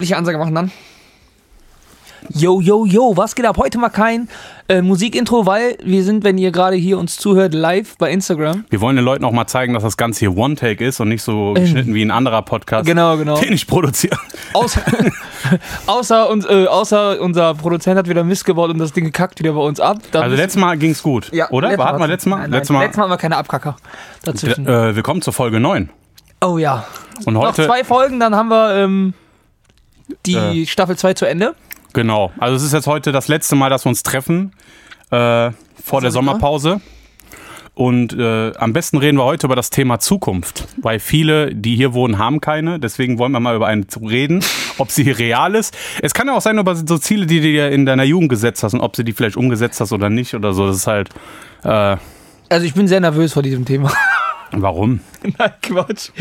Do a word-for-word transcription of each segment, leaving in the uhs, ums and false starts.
Welche Ansage machen dann? Yo, yo, yo, was geht ab? Heute mal kein äh, Musikintro, weil wir sind, wenn ihr gerade hier uns zuhört, live bei Instagram. Wir wollen den Leuten auch mal zeigen, dass das Ganze hier One-Take ist und nicht so geschnitten wie ein anderer Podcast, genau, genau. den ich produziere. Außer, außer, uns, äh, außer unser Produzent hat wieder Mist gebaut und das Ding gekackt wieder bei uns ab. Da also letztes Mal ging es gut, ja, oder? Hatten wir letztes Mal? Nein, nein, letztes Mal? Letztes Mal haben wir keine Abkacker dazwischen. D- äh, willkommen zur Folge neun. Oh ja. Und heute, noch zwei Folgen, dann haben wir ähm, die Äh. Staffel zwei zu Ende. Genau, also es ist jetzt heute das letzte Mal, dass wir uns treffen äh, vor der Sommerpause. Und äh, am besten reden wir heute über das Thema Zukunft, weil viele, die hier wohnen, haben keine. Deswegen wollen wir mal über eine reden, ob sie real ist. Es kann ja auch sein, über so Ziele, die du dir in deiner Jugend gesetzt hast und ob sie die vielleicht umgesetzt hast oder nicht oder so. Das ist halt... Äh, also ich bin sehr nervös vor diesem Thema. Warum? Nein, Quatsch.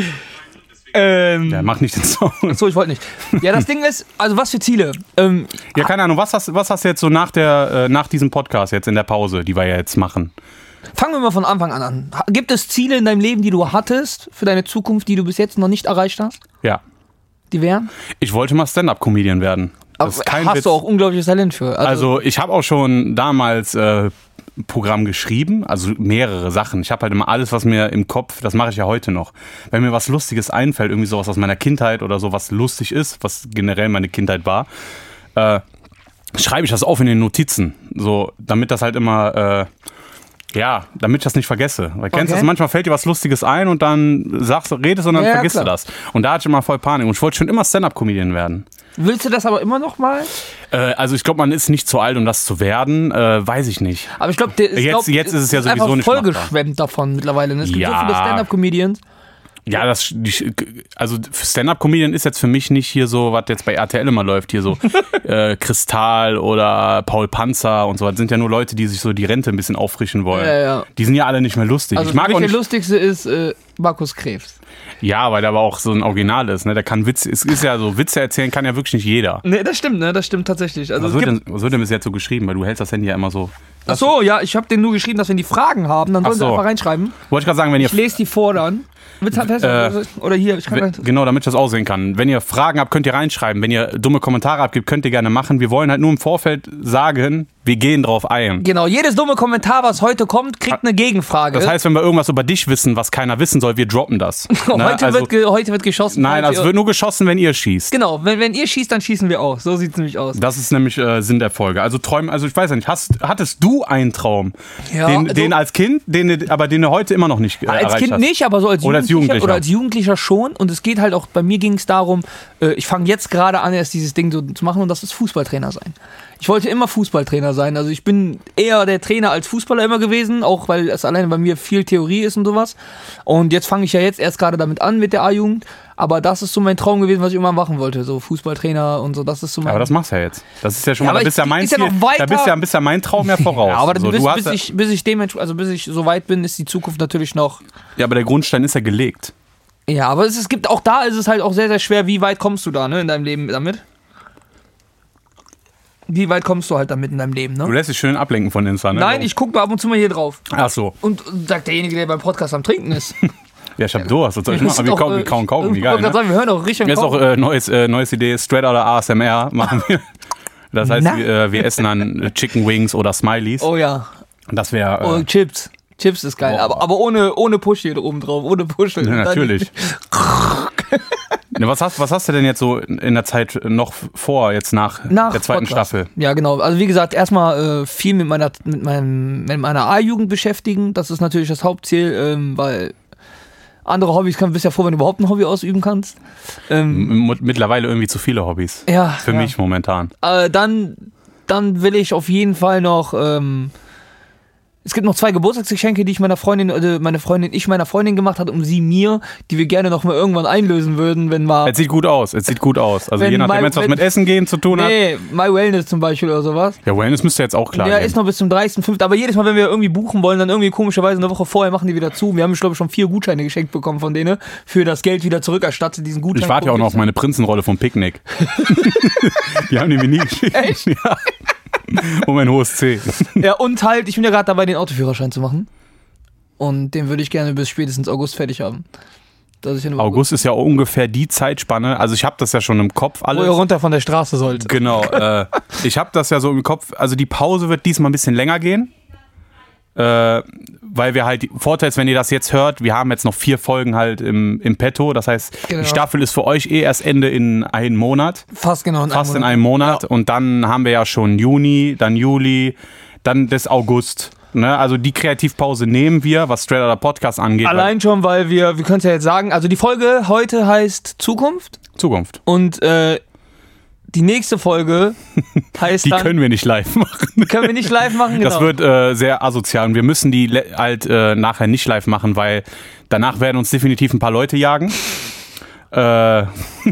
Ähm, Ja, mach nicht den Song. Achso, ich wollte nicht. Ja, das Ding ist, also was für Ziele? Ähm, Ja, keine Ahnung, was hast, was hast du jetzt so nach, der, äh, nach diesem Podcast jetzt in der Pause, die wir ja jetzt machen? Fangen wir mal von Anfang an an. Ha- Gibt es Ziele in deinem Leben, die du hattest für deine Zukunft, die du bis jetzt noch nicht erreicht hast? Ja. Die wären? Ich wollte mal Stand-Up-Comedian werden. Das Aber ist kein hast Witz. du auch unglaubliches Talent für. Also, Also ich habe auch schon damals äh, Programm geschrieben, also mehrere Sachen. Ich habe halt immer alles, was mir im Kopf, das mache ich ja heute noch. Wenn mir was Lustiges einfällt, irgendwie sowas aus meiner Kindheit oder so, was lustig ist, was generell meine Kindheit war, äh, schreibe ich das auf in den Notizen, so, damit das halt immer... Äh, Ja, damit ich das nicht vergesse. Weil kennst du Okay. das, manchmal fällt dir was Lustiges ein und dann sagst, redest und dann Ja, vergisst klar. du das. Und da hatte ich immer voll Panik. Und ich wollte schon immer Stand-Up-Comedian werden. willst du das aber immer noch mal? Äh, also ich glaube, man ist nicht zu alt, um das zu werden. Äh, weiß ich nicht. Aber ich glaube, der ist, Jetzt- glaub, jetzt ist es ja einfach sowieso nicht machbar. vollgeschwemmt davon mittlerweile. Ne? Es gibt Ja. so viele Stand-Up-Comedians. Ja, das, die, also Stand-Up-Comedian ist jetzt für mich nicht hier so, was jetzt bei R T L immer läuft, hier so äh, Kristall oder Paul Panzer und so. Das sind ja nur Leute, die sich so die Rente ein bisschen auffrischen wollen. Ja, ja. Die sind ja alle nicht mehr lustig. Also ich mag für auch mich nicht, der lustigste ist äh, Markus Krebs. ja, weil der aber auch so ein Original ist. Ne? Der kann Witze, es ist ja so, Witze erzählen kann ja wirklich nicht jeder. Ne, das stimmt, ne? Das stimmt tatsächlich. Also Was es wird, gibt, denn, was wird denn bis jetzt so geschrieben? Weil du hältst das Handy ja immer so. ach so, ja, ich habe denen nur geschrieben, dass wenn die Fragen haben, dann sollen Ach sie so. einfach reinschreiben. Wollte ich gerade sagen, wenn ihr Ich lese die vor dann. Willst du halt Äh, oder hier, ich kann Wenn- Genau, damit ich das aussehen kann. Wenn ihr Fragen habt, könnt ihr reinschreiben. Wenn ihr dumme Kommentare abgibt, könnt ihr gerne machen. Wir wollen halt nur im Vorfeld sagen, wir gehen drauf ein. Genau, jedes dumme Kommentar, was heute kommt, kriegt eine Gegenfrage. Das heißt, wenn wir irgendwas über dich wissen, was keiner wissen soll, wir droppen das. Ne? heute, Also- wird ge heute wird geschossen. Nein, falls also es ihr- wird nur geschossen, wenn ihr schießt. Genau, wenn, wenn ihr schießt, dann schießen wir auch. So sieht es nämlich aus. Das ist nämlich äh, Sinn der Folge. Also Träume, also ich weiß ja nicht, hast, hattest du einen Traum? Ja, den, also- den als Kind, den, aber den du heute immer noch nicht äh, Als erreicht Kind hast? nicht, aber so als Oder als Jugendlicher, Jugendlicher. oder als Jugendlicher schon. Und es geht halt auch, bei mir ging es darum, äh, ich fange jetzt gerade an, erst dieses Ding so zu machen und das ist Fußballtrainer sein. Ich wollte immer Fußballtrainer sein. Also ich bin eher der Trainer als Fußballer immer gewesen, auch weil es alleine bei mir viel Theorie ist und sowas. Und jetzt fange ich ja jetzt erst gerade damit an mit der A-Jugend. Aber das ist so mein Traum gewesen, was ich immer machen wollte. So Fußballtrainer und so, das ist so mein... Aber das machst du ja jetzt. Das ist ja schon Ja, mal, da aber bist ja ich- mein ist ja Ziel, noch weiter- da bist ja, bist ja mein Traum ja voraus. ja, aber so, bis, du hast bis, ja, ich, bis ich dementsprechend, also bis ich so weit bin, ist die Zukunft natürlich noch... ja, aber der Grundstein ist ja gelegt. Ja, aber es, es gibt auch da ist es halt auch sehr, sehr schwer, wie weit kommst du da, ne, in deinem Leben damit? Wie weit kommst du halt damit in deinem Leben, Du ne? lässt dich schön ablenken von Insta, ne? Nein, ich gucke ab und zu mal hier drauf. Ach so. Und sagt derjenige, der beim Podcast am Trinken ist. Ja, ich hab Durst. Was soll ich Wir machen? sind Wir doch, kauen, äh, wir kauen, kauen, wie ich geil, wollte gerade ne? sagen, wir hören auch richtig am Jetzt auch Kauen. äh, neues, äh, neues Idee, Straight Outta A S M R machen wir. Das heißt, Na? wir, äh, wir essen dann äh, Chicken Wings oder Smileys. Oh ja. Das wäre... Oh, Äh, Chips. Chips ist geil, Boah. aber, aber ohne, ohne Push hier oben drauf, ohne Puschel. ja, natürlich. Ne, was, hast, was hast du denn jetzt so in der Zeit noch vor, jetzt nach, Nach der zweiten Podcast. Staffel? Ja, genau. Also wie gesagt, erstmal äh, viel mit meiner mit meinem mit meiner A-Jugend beschäftigen. Das ist natürlich das Hauptziel, ähm, weil andere Hobbys kann, bist ja froh, wenn du überhaupt ein Hobby ausüben kannst. Ähm, M- Mittlerweile irgendwie zu viele Hobbys. ja. Für ja. mich momentan. Äh, dann dann will ich auf jeden Fall noch. Ähm, es gibt noch zwei Geburtstagsgeschenke, die ich meiner Freundin, äh, meine Freundin, ich meiner Freundin gemacht hat, um sie mir, die wir gerne noch mal irgendwann einlösen würden, wenn mal. Es sieht gut aus, es sieht gut aus. Also Wenn je nachdem, mein- wenn es was wenn- mit Essen gehen zu tun hat. Nee, My Wellness zum Beispiel oder sowas. Ja, Wellness müsste jetzt auch klar Ja, gehen. ist noch bis zum dreißigsten fünften Aber jedes Mal, wenn wir irgendwie buchen wollen, dann irgendwie komischerweise eine Woche vorher machen die wieder zu. Wir haben, ich glaube, schon vier Gutscheine geschenkt bekommen von denen für das Geld wieder zurückerstattet, diesen Gutschein. Ich warte ja auch noch auf meine Prinzenrolle vom Picknick. Die haben die mir nie geschickt. Echt? Ja. Um ein hohes C. Ja, und halt, ich bin ja gerade dabei, den Autoführerschein zu machen. Und den würde ich gerne bis spätestens August fertig haben. dass ich in August ist ja ungefähr die Zeitspanne, also ich habe das ja schon im Kopf alles. Wo ihr runter von der Straße sollt. Genau, äh, ich habe das ja so im Kopf, also die Pause wird diesmal ein bisschen länger gehen, äh, weil wir halt, Vorteil ist, wenn ihr das jetzt hört, wir haben jetzt noch vier Folgen halt im, im Petto, das heißt, genau. Die Staffel ist für euch eh erst Ende in einem Monat. Fast genau in Fast einem Monat. in einem Monat ja. Und dann haben wir ja schon Juni, dann Juli, dann des August. Ne, also die Kreativpause nehmen wir, was Straight Outta Podcast angeht. Allein schon, weil wir, wir können es ja jetzt sagen, also die Folge heute heißt Zukunft. Zukunft. Und äh, die nächste Folge heißt die dann... Die können wir nicht live machen. Die können wir nicht live machen, genau. Das wird äh, sehr asozial und wir müssen die le- halt äh, nachher nicht live machen, weil danach werden uns definitiv ein paar Leute jagen. äh...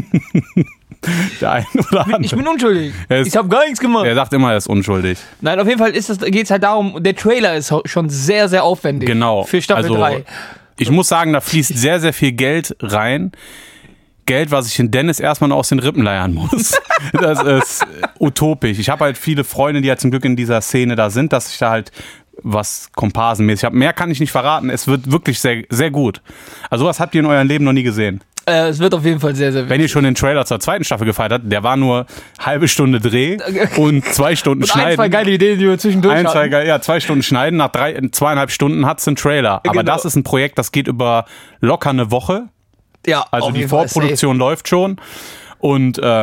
Der eine oder andere. Ich bin unschuldig. Ist, ich habe gar nichts gemacht. Er sagt immer, er ist unschuldig. Nein, auf jeden Fall geht es halt darum, der Trailer ist schon sehr, sehr aufwendig. Genau. Für Staffel also, drei. Ich muss sagen, da fließt sehr, sehr viel Geld rein. Geld, was ich in Dennis erstmal noch aus den Rippen leiern muss. Das ist utopisch. Ich habe halt viele Freunde, die ja zum Glück in dieser Szene da sind, dass ich da halt was komparsenmäßig habe. Mehr kann ich nicht verraten. Es wird wirklich sehr, sehr gut. Also was habt ihr in eurem Leben noch nie gesehen? Äh, es wird auf jeden Fall sehr, sehr wichtig. Wenn ihr schon den Trailer zur zweiten Staffel gefeiert habt, der war nur halbe Stunde Dreh und zwei Stunden und Schneiden. ein, zwei geile Ideen, die wir zwischendurch ein, zwei, hatten. Ja, zwei Stunden Schneiden, nach drei, zweieinhalb Stunden hat's einen Trailer. Aber genau. Das ist ein Projekt, das geht über locker eine Woche. Ja, also die Vorproduktion läuft schon. Und äh,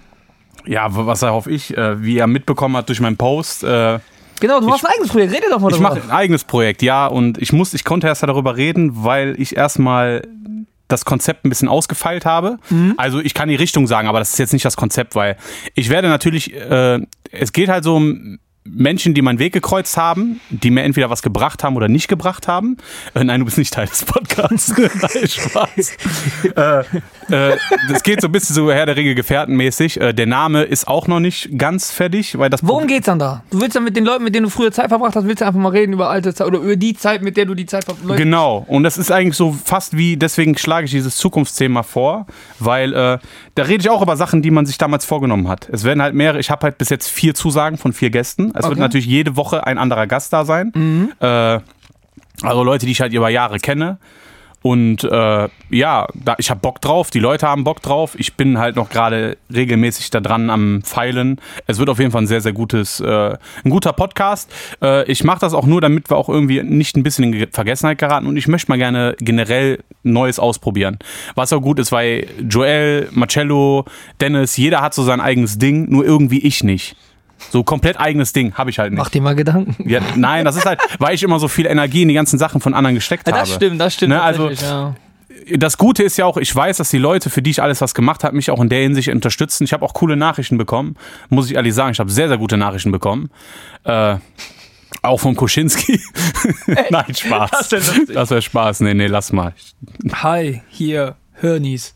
ja, was hoffe ich, äh, wie ihr mitbekommen habt durch meinen Post. Äh, Genau, du machst ein eigenes Projekt, rede doch mal darüber. Ich mache ein eigenes Projekt, ja. Und ich muss, ich konnte erst darüber reden, weil ich erstmal das Konzept ein bisschen ausgefeilt habe. Mhm. Also ich kann die Richtung sagen, aber das ist jetzt nicht das Konzept, weil ich werde natürlich, äh, es geht halt so um Menschen, die meinen Weg gekreuzt haben, die mir entweder was gebracht haben oder nicht gebracht haben. Äh, nein, du bist nicht Teil des Podcasts. Nein, Spaß. äh, äh, das geht so ein bisschen so Herr der Ringe gefährtenmäßig. Äh, der Name ist auch noch nicht ganz fertig. Weil das Worum geht's dann da? Du willst dann mit den Leuten, mit denen du früher Zeit verbracht hast, willst du einfach mal reden über alte Zeit oder über die Zeit, mit der du die Zeit verbracht hast? Genau. Und das ist eigentlich so fast wie, deswegen schlage ich dieses Zukunftsthema vor, weil äh, da rede ich auch über Sachen, die man sich damals vorgenommen hat. Es werden halt mehrere, ich habe halt bis jetzt vier Zusagen von vier Gästen. Es okay. wird natürlich jede Woche ein anderer Gast da sein. Mhm. Äh, also Leute, die ich halt über Jahre kenne. Und äh, ja, da, ich habe Bock drauf, die Leute haben Bock drauf. Ich bin halt noch gerade regelmäßig da dran am Feilen. Es wird auf jeden Fall ein sehr, sehr gutes, äh, ein guter Podcast. Äh, ich mache das auch nur, damit wir auch irgendwie nicht ein bisschen in Vergessenheit geraten. Und ich möchte mal gerne generell Neues ausprobieren. Was auch gut ist, weil Joel, Marcello, Dennis, jeder hat so sein eigenes Ding, nur irgendwie ich nicht. So komplett eigenes Ding habe ich halt nicht. Mach dir mal Gedanken. Ja, nein, das ist halt, weil ich immer so viel Energie in die ganzen Sachen von anderen gesteckt ja, das habe. Das stimmt, das stimmt. Ne, also, ja. Das Gute ist ja auch, ich weiß, dass die Leute, für die ich alles was gemacht habe, mich auch in der Hinsicht unterstützen. Ich habe auch coole Nachrichten bekommen, muss ich ehrlich sagen. Ich habe sehr, sehr gute Nachrichten bekommen. Äh, auch von Koschinski. Nein, Spaß. Das, das wäre Spaß. Nee, nee, lass mal. Hi, hier, Hörnies.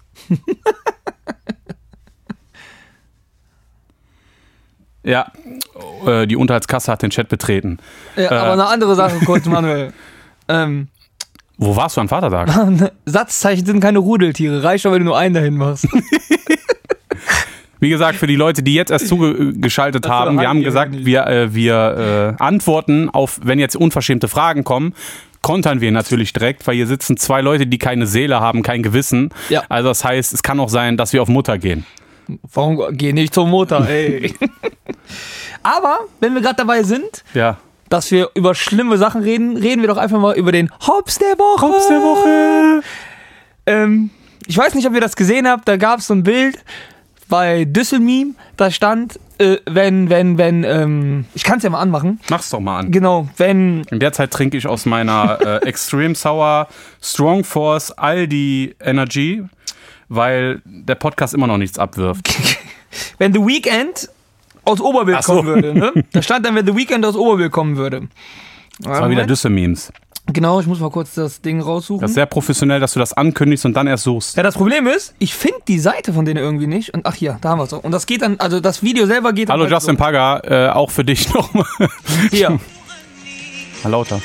Ja, äh, die Unterhaltskasse hat den Chat betreten. Ja, äh, aber eine andere Sache kurz, Manuel. ähm, Wo warst du an Vatertag? Satzzeichen sind keine Rudeltiere. Reicht doch, wenn du nur einen dahin machst. Wie gesagt, für die Leute, die jetzt erst zugeschaltet haben, wir haben gesagt, wir, äh, wir äh, antworten auf, wenn jetzt unverschämte Fragen kommen, kontern wir natürlich direkt, weil hier sitzen zwei Leute, die keine Seele haben, kein Gewissen. Ja. Also das heißt, es kann auch sein, dass wir auf Mutter gehen. Warum geh nicht zur Mutter, ey? Aber, wenn wir gerade dabei sind, ja. dass wir über schlimme Sachen reden, reden wir doch einfach mal über den Hops der Woche. Hops der Woche. Ähm, ich weiß nicht, ob ihr das gesehen habt, da gab es so ein Bild bei Düsselmeme, da stand, äh, wenn, wenn, wenn, ähm, ich kann es ja mal anmachen. Mach's doch mal an. Genau, wenn... In der Zeit trinke ich aus meiner äh, Extreme Sour Strong Force Aldi Energy, weil der Podcast immer noch nichts abwirft. Wenn The Weeknd aus Oberbild so. kommen würde, ne? Da stand dann, wenn The Weeknd aus Oberbild kommen würde. Das war wieder Düsse-Memes. Genau, ich muss mal kurz das Ding raussuchen. Das ist sehr professionell, dass du das ankündigst und dann erst suchst. Ja, das Problem ist, ich finde die Seite von denen irgendwie nicht. Und ach hier, da haben wir es doch. Und das geht dann, also das Video selber geht dann. Hallo Justin so. Paga, äh, auch für dich nochmal. Hier. Mal lauter.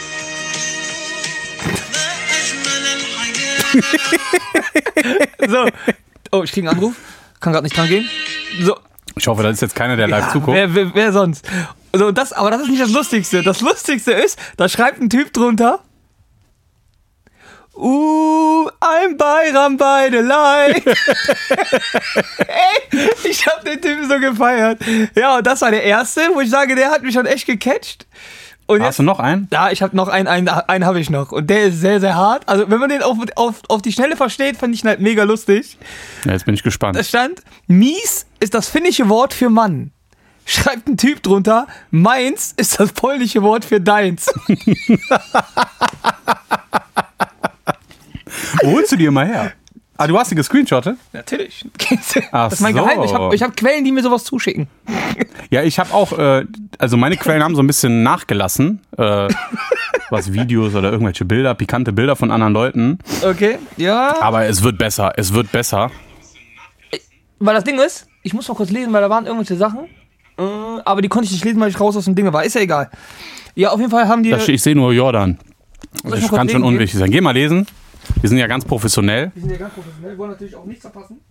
So. Oh, ich krieg einen Anruf. Kann gerade nicht dran gehen. So. Ich hoffe, das ist jetzt keiner, der live ja, zuguckt. Wer, wer, wer sonst? So, das, aber das ist nicht das Lustigste. Das Lustigste ist, da schreibt ein Typ drunter: Uh, I'm Bayram by the light. Ey, ich hab den Typen so gefeiert. Ja, und das war der erste, wo ich sage, der hat mich schon echt gecatcht. Und Hast jetzt, du noch einen? ja, ich habe noch einen, einen, einen habe ich noch. Und der ist sehr, sehr hart. Also, wenn man den auf, auf, auf die Schnelle versteht, fand ich ihn halt mega lustig. Ja, jetzt bin ich gespannt. Da stand, mies ist das finnische Wort für Mann. Schreibt ein Typ drunter, meins ist das polnische Wort für deins. Wo holst du die immer her? Ah, du hast die gescreenshottet? Natürlich. Ach Das ist mein so. Geheimnis. Ich habe ich hab Quellen, die mir sowas zuschicken. Ja, ich habe auch, äh, also meine Quellen haben so ein bisschen nachgelassen, äh, was Videos oder irgendwelche Bilder, pikante Bilder von anderen Leuten. Okay, ja. Aber es wird besser, es wird besser. Weil das Ding ist, ich muss mal kurz lesen, weil da waren irgendwelche Sachen. Äh, aber die konnte ich nicht lesen, weil ich raus aus dem Ding war. Ist ja egal. Ja, auf jeden Fall haben die... Da steht, ich sehe nur Jordan. Soll ich Das mal kann kurz schon lesen unwichtig sein. Geh mal lesen. Wir sind ja ganz professionell. Wir sind ja ganz professionell, wollen natürlich auch nichts verpassen.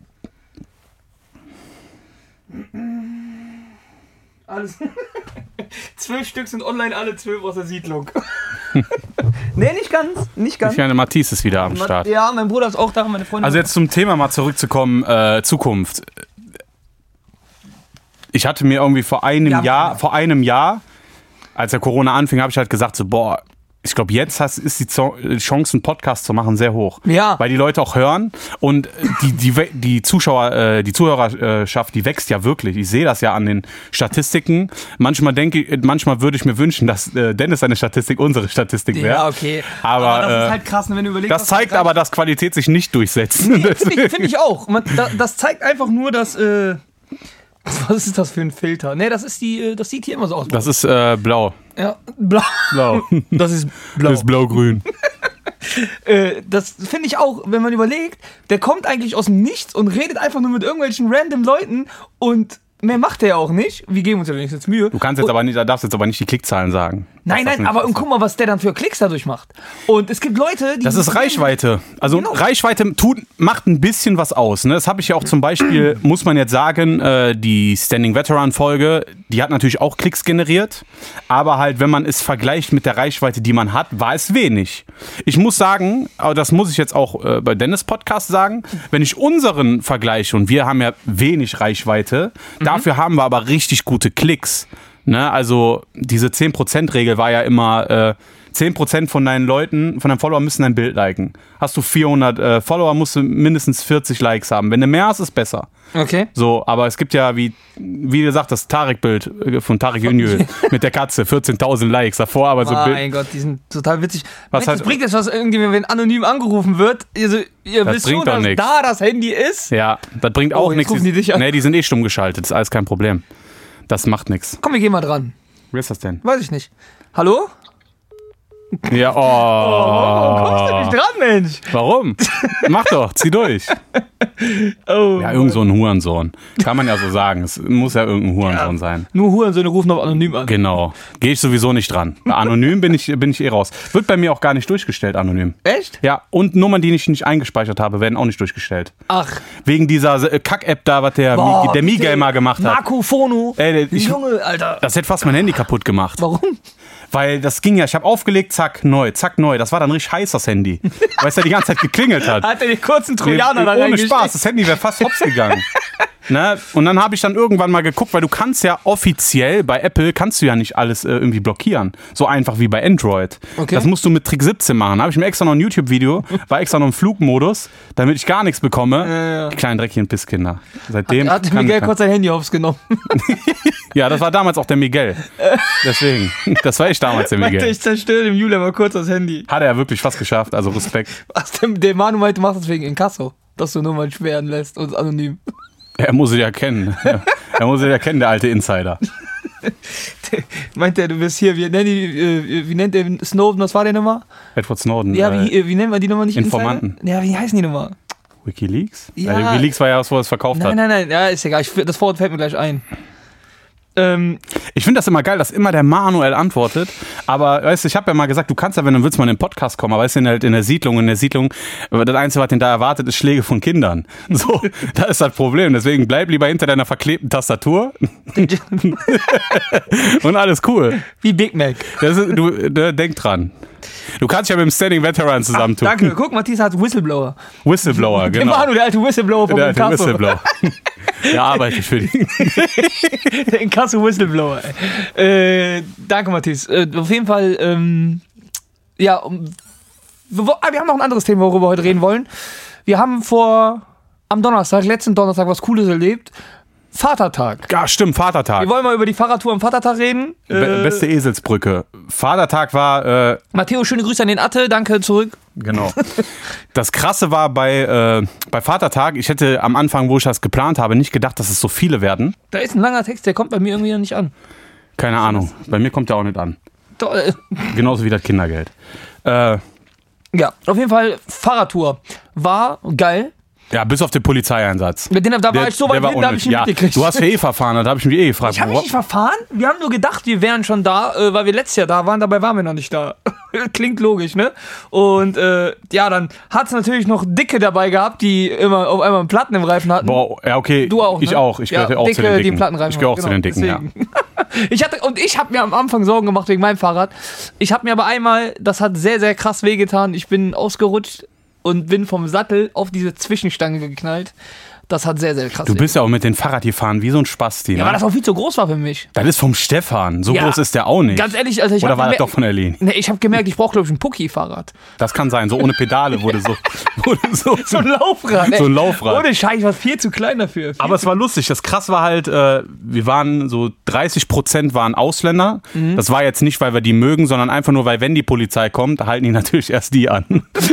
Alles. Zwölf Stück sind online, alle zwölf aus der Siedlung. Nee, nicht ganz. Nicht ganz. Ich meine, Matisse ist wieder am Start. Ja, mein Bruder ist auch da, meine Freundin. Also jetzt zum Thema mal zurückzukommen, äh, Zukunft. Ich hatte mir irgendwie vor einem Ja, Jahr, ja. vor einem Jahr, als der Corona anfing, habe ich halt gesagt so, boah, ich glaube, jetzt hast, ist die Zo- Chance, einen Podcast zu machen, sehr hoch. Ja. Weil die Leute auch hören und die, die, we- die Zuschauer, äh, die Zuhörerschaft, die wächst ja wirklich. Ich sehe das ja an den Statistiken. Manchmal denke ich, manchmal würde ich mir wünschen, dass äh, Dennis seine Statistik unsere Statistik wäre. Ja, okay. Aber, das äh, ist halt krass, wenn du überlegst. Das was zeigt da aber, dass Qualität sich nicht durchsetzt. Finde ich, find ich auch. Man, da, das zeigt einfach nur, dass. Äh, was ist das für ein Filter? Nee, das ist die. äh, Das sieht hier immer so aus. Das ist äh, blau. Ja, blau. Blau. Das ist blau. Das ist blau-grün. Äh, das finde ich auch, wenn man überlegt, der kommt eigentlich aus dem Nichts und redet einfach nur mit irgendwelchen random Leuten und mehr macht er ja auch nicht. Wir geben uns ja wenigstens Mühe. Du kannst jetzt aber nicht, da darfst jetzt aber nicht die Klickzahlen sagen. Nein, Das nein, darfst du aber und nicht guck mal, was der dann für Klicks dadurch macht. Und es gibt Leute, die. Das ist Reichweite. Also Genau. Reichweite tut, macht ein bisschen was aus. Ne? Das habe ich ja auch zum Beispiel, muss man jetzt sagen, äh, die Standing Veteran Folge, die hat natürlich auch Klicks generiert. Aber halt, wenn man es vergleicht mit der Reichweite, die man hat, war es wenig. Ich muss sagen, aber das muss ich jetzt auch äh, bei Dennis Podcast sagen, wenn ich unseren vergleiche, und wir haben ja wenig Reichweite, Mhm. dafür haben wir aber richtig gute Klicks. Ne, also diese zehn Prozent Regel war ja immer, äh, zehn Prozent von deinen Leuten, von deinen Followern müssen dein Bild liken. Hast du vierhundert äh, Follower, musst du mindestens vierzig Likes haben. Wenn du mehr hast, ist besser. Okay. So, aber es gibt ja, wie, wie gesagt, das Tarek-Bild äh, von Tarek Ünjö mit der Katze, vierzehntausend Likes davor, aber so Oh Bild. mein Gott, die sind total witzig. Was Was hat- das bringt jetzt was irgendwie, wenn anonym angerufen wird. Also, ihr Das wisst bringt schon, doch dass nix. da das Handy ist. Ja, das bringt Oh, auch jetzt nichts. rufen die dich an. Nee, die sind eh stumm geschaltet, ist alles kein Problem. Das macht nichts. Komm, wir gehen mal dran. Wer ist das denn? Weiß ich nicht. Hallo? Ja, Oh, warum kommst du oh. nicht dran, Mensch? Warum? Mach doch, zieh durch. Oh, Ja, irgend so ein Hurensohn. Kann man ja so sagen. Es muss ja irgendein Hurensohn sein. Nur Hurensöhne rufen auf anonym an. Genau. Gehe ich sowieso nicht dran. Bei anonym bin ich, bin ich eh raus. Wird bei mir auch gar nicht durchgestellt, anonym. Echt? Ja, und Nummern, die ich nicht eingespeichert habe, werden auch nicht durchgestellt. Ach. Wegen dieser äh, Kack-App da, was der, Boah, Mi- der bitte. Miguel mal gemacht hat. Marco Fono. Ey, der- ich- Junge, Alter. Das hätte fast mein Handy kaputt gemacht. Warum? Weil das ging ja, ich habe aufgelegt, zack, neu, zack, neu. Das war dann richtig heiß, das Handy. Weil es ja die ganze Zeit geklingelt hat. Hat er den kurzen Trojaner Nee, da ohne reingesteckt? Spaß, das Handy wäre fast hops gegangen. Ne? Und dann habe ich dann irgendwann mal geguckt, weil du kannst ja offiziell bei Apple, kannst du ja nicht alles äh, irgendwie blockieren. So einfach wie bei Android. Okay. Das musst du mit Trick siebzehn machen. Da habe ich mir extra noch ein YouTube-Video, war extra noch im Flugmodus, damit ich gar nichts bekomme. Ja, ja. Die kleinen dreckigen Pisskinder. Seitdem Hat kann- Miguel kann- kurz sein Handy aufgenommen. Ja, das war damals auch der Miguel. Deswegen, das war ich damals der Meinte, Miguel. ich zerstöre dem Julia mal kurz das Handy. Hat er wirklich fast geschafft, also Respekt. Was der, der Manu meinte, macht das wegen Inkasso. Dass du Nummern sperren lässt und anonym. Er muss es ja kennen. Er muss es ja kennen, der alte Insider. Meint er, du bist hier, wie, nennt die, äh, wie nennt der Snowden, was war der Nummer? Edward Snowden. Ja, äh, wie, äh, wie nennt man die Nummer nicht? Informanten. Insider? Ja, wie heißen die Nummer? Wikileaks? Ja. Ja. Wikileaks war ja was, wo er es verkauft Nein, hat. nein, nein, ja, ist egal. Ich, das Wort fällt mir gleich ein. Ähm, ich finde das immer geil, dass immer der Manuel antwortet. Aber weißt du, ich habe ja mal gesagt, du kannst ja, wenn du willst, mal in den Podcast kommen. Aber weißt du, in der, in der Siedlung, in der Siedlung, das Einzige, was den da erwartet, ist Schläge von Kindern. So, das ist das Problem. Deswegen bleib lieber hinter deiner verklebten Tastatur. Und alles cool. Wie Big Mac. Das ist, du, du, denk dran. Du kannst ja mit dem Standing Veteran zusammentun. Ach, danke. Guck, Matthias hat Whistleblower. Whistleblower, genau. Der Manu, der alte Whistleblower vom der Inkasso. alte Whistleblower. Der arbeitet für die. Der Inkasso-Whistleblower. Äh, danke, Matthias. Äh, auf jeden Fall, ähm, ja, um, wir, wir haben noch ein anderes Thema, worüber wir heute reden wollen. Wir haben vor, am Donnerstag, letzten Donnerstag, was Cooles erlebt. Vatertag. Ja, stimmt, Vatertag. Wir wollen mal über die Fahrradtour am Vatertag reden. Be- beste Eselsbrücke. Vatertag war... Äh, Matteo, schöne Grüße an den Atte, danke, zurück. Genau. Das Krasse war bei, äh, bei Vatertag, ich hätte am Anfang, wo ich das geplant habe, nicht gedacht, dass es so viele werden. Da ist ein langer Text, der kommt bei mir irgendwie nicht an. Keine Ahnung, bei mir kommt der auch nicht an. Doch, äh, Genauso wie das Kindergeld. Äh, ja, auf jeden Fall, Fahrradtour war geil. Ja, bis auf den Polizeieinsatz. Mit denen, da war Der- ich so der weit war hin, da hab ich ihn unnötig. Ja, mitgekriegt. du hast ja eh verfahren, da habe ich mich eh gefragt. Ich habe mich wo- nicht verfahren. Wir haben nur gedacht, wir wären schon da, äh, weil wir letztes Jahr da waren. Dabei waren wir noch nicht da. Klingt logisch, ne? Und äh, ja, dann hat es natürlich noch Dicke dabei gehabt, die immer auf einmal einen Platten im Reifen hatten. Boah, ja, okay. Du auch, Ich ne? auch. Ich Ja, gehörte auch Dicke, zu den die Dicken. einen Plattenreifen Ich gehöre auch haben, zu den Dicken, ja. deswegen. Ich hatte, und ich habe mir am Anfang Sorgen gemacht wegen meinem Fahrrad. Ich habe mir aber einmal, das hat sehr, sehr krass wehgetan. Ich bin ausgerutscht und bin vom Sattel auf diese Zwischenstange geknallt. Das hat sehr, sehr krass Du bist ja auch mit dem Fahrrad gefahren, wie so ein Spasti. Ja, Ne? weil das auch viel zu groß war für mich. Das ist vom Stefan. So Ja. groß ist der auch nicht. Ganz ehrlich, also ich Oder hab war das gemer- doch von Erlin? Nee, ich habe gemerkt, ich brauche, glaube ich, ein Pucki-Fahrrad. Das kann sein. So ohne Pedale wurde so. Wurde so, So ein Laufrad. So ein Laufrad. Ohne Scheiß, ich war viel zu klein dafür. Viel Aber es war lustig. Das krass war halt, äh, wir waren so dreißig Prozent waren Ausländer. Mhm. Das war jetzt nicht, weil wir die mögen, sondern einfach nur, weil wenn die Polizei kommt, halten die natürlich erst die an.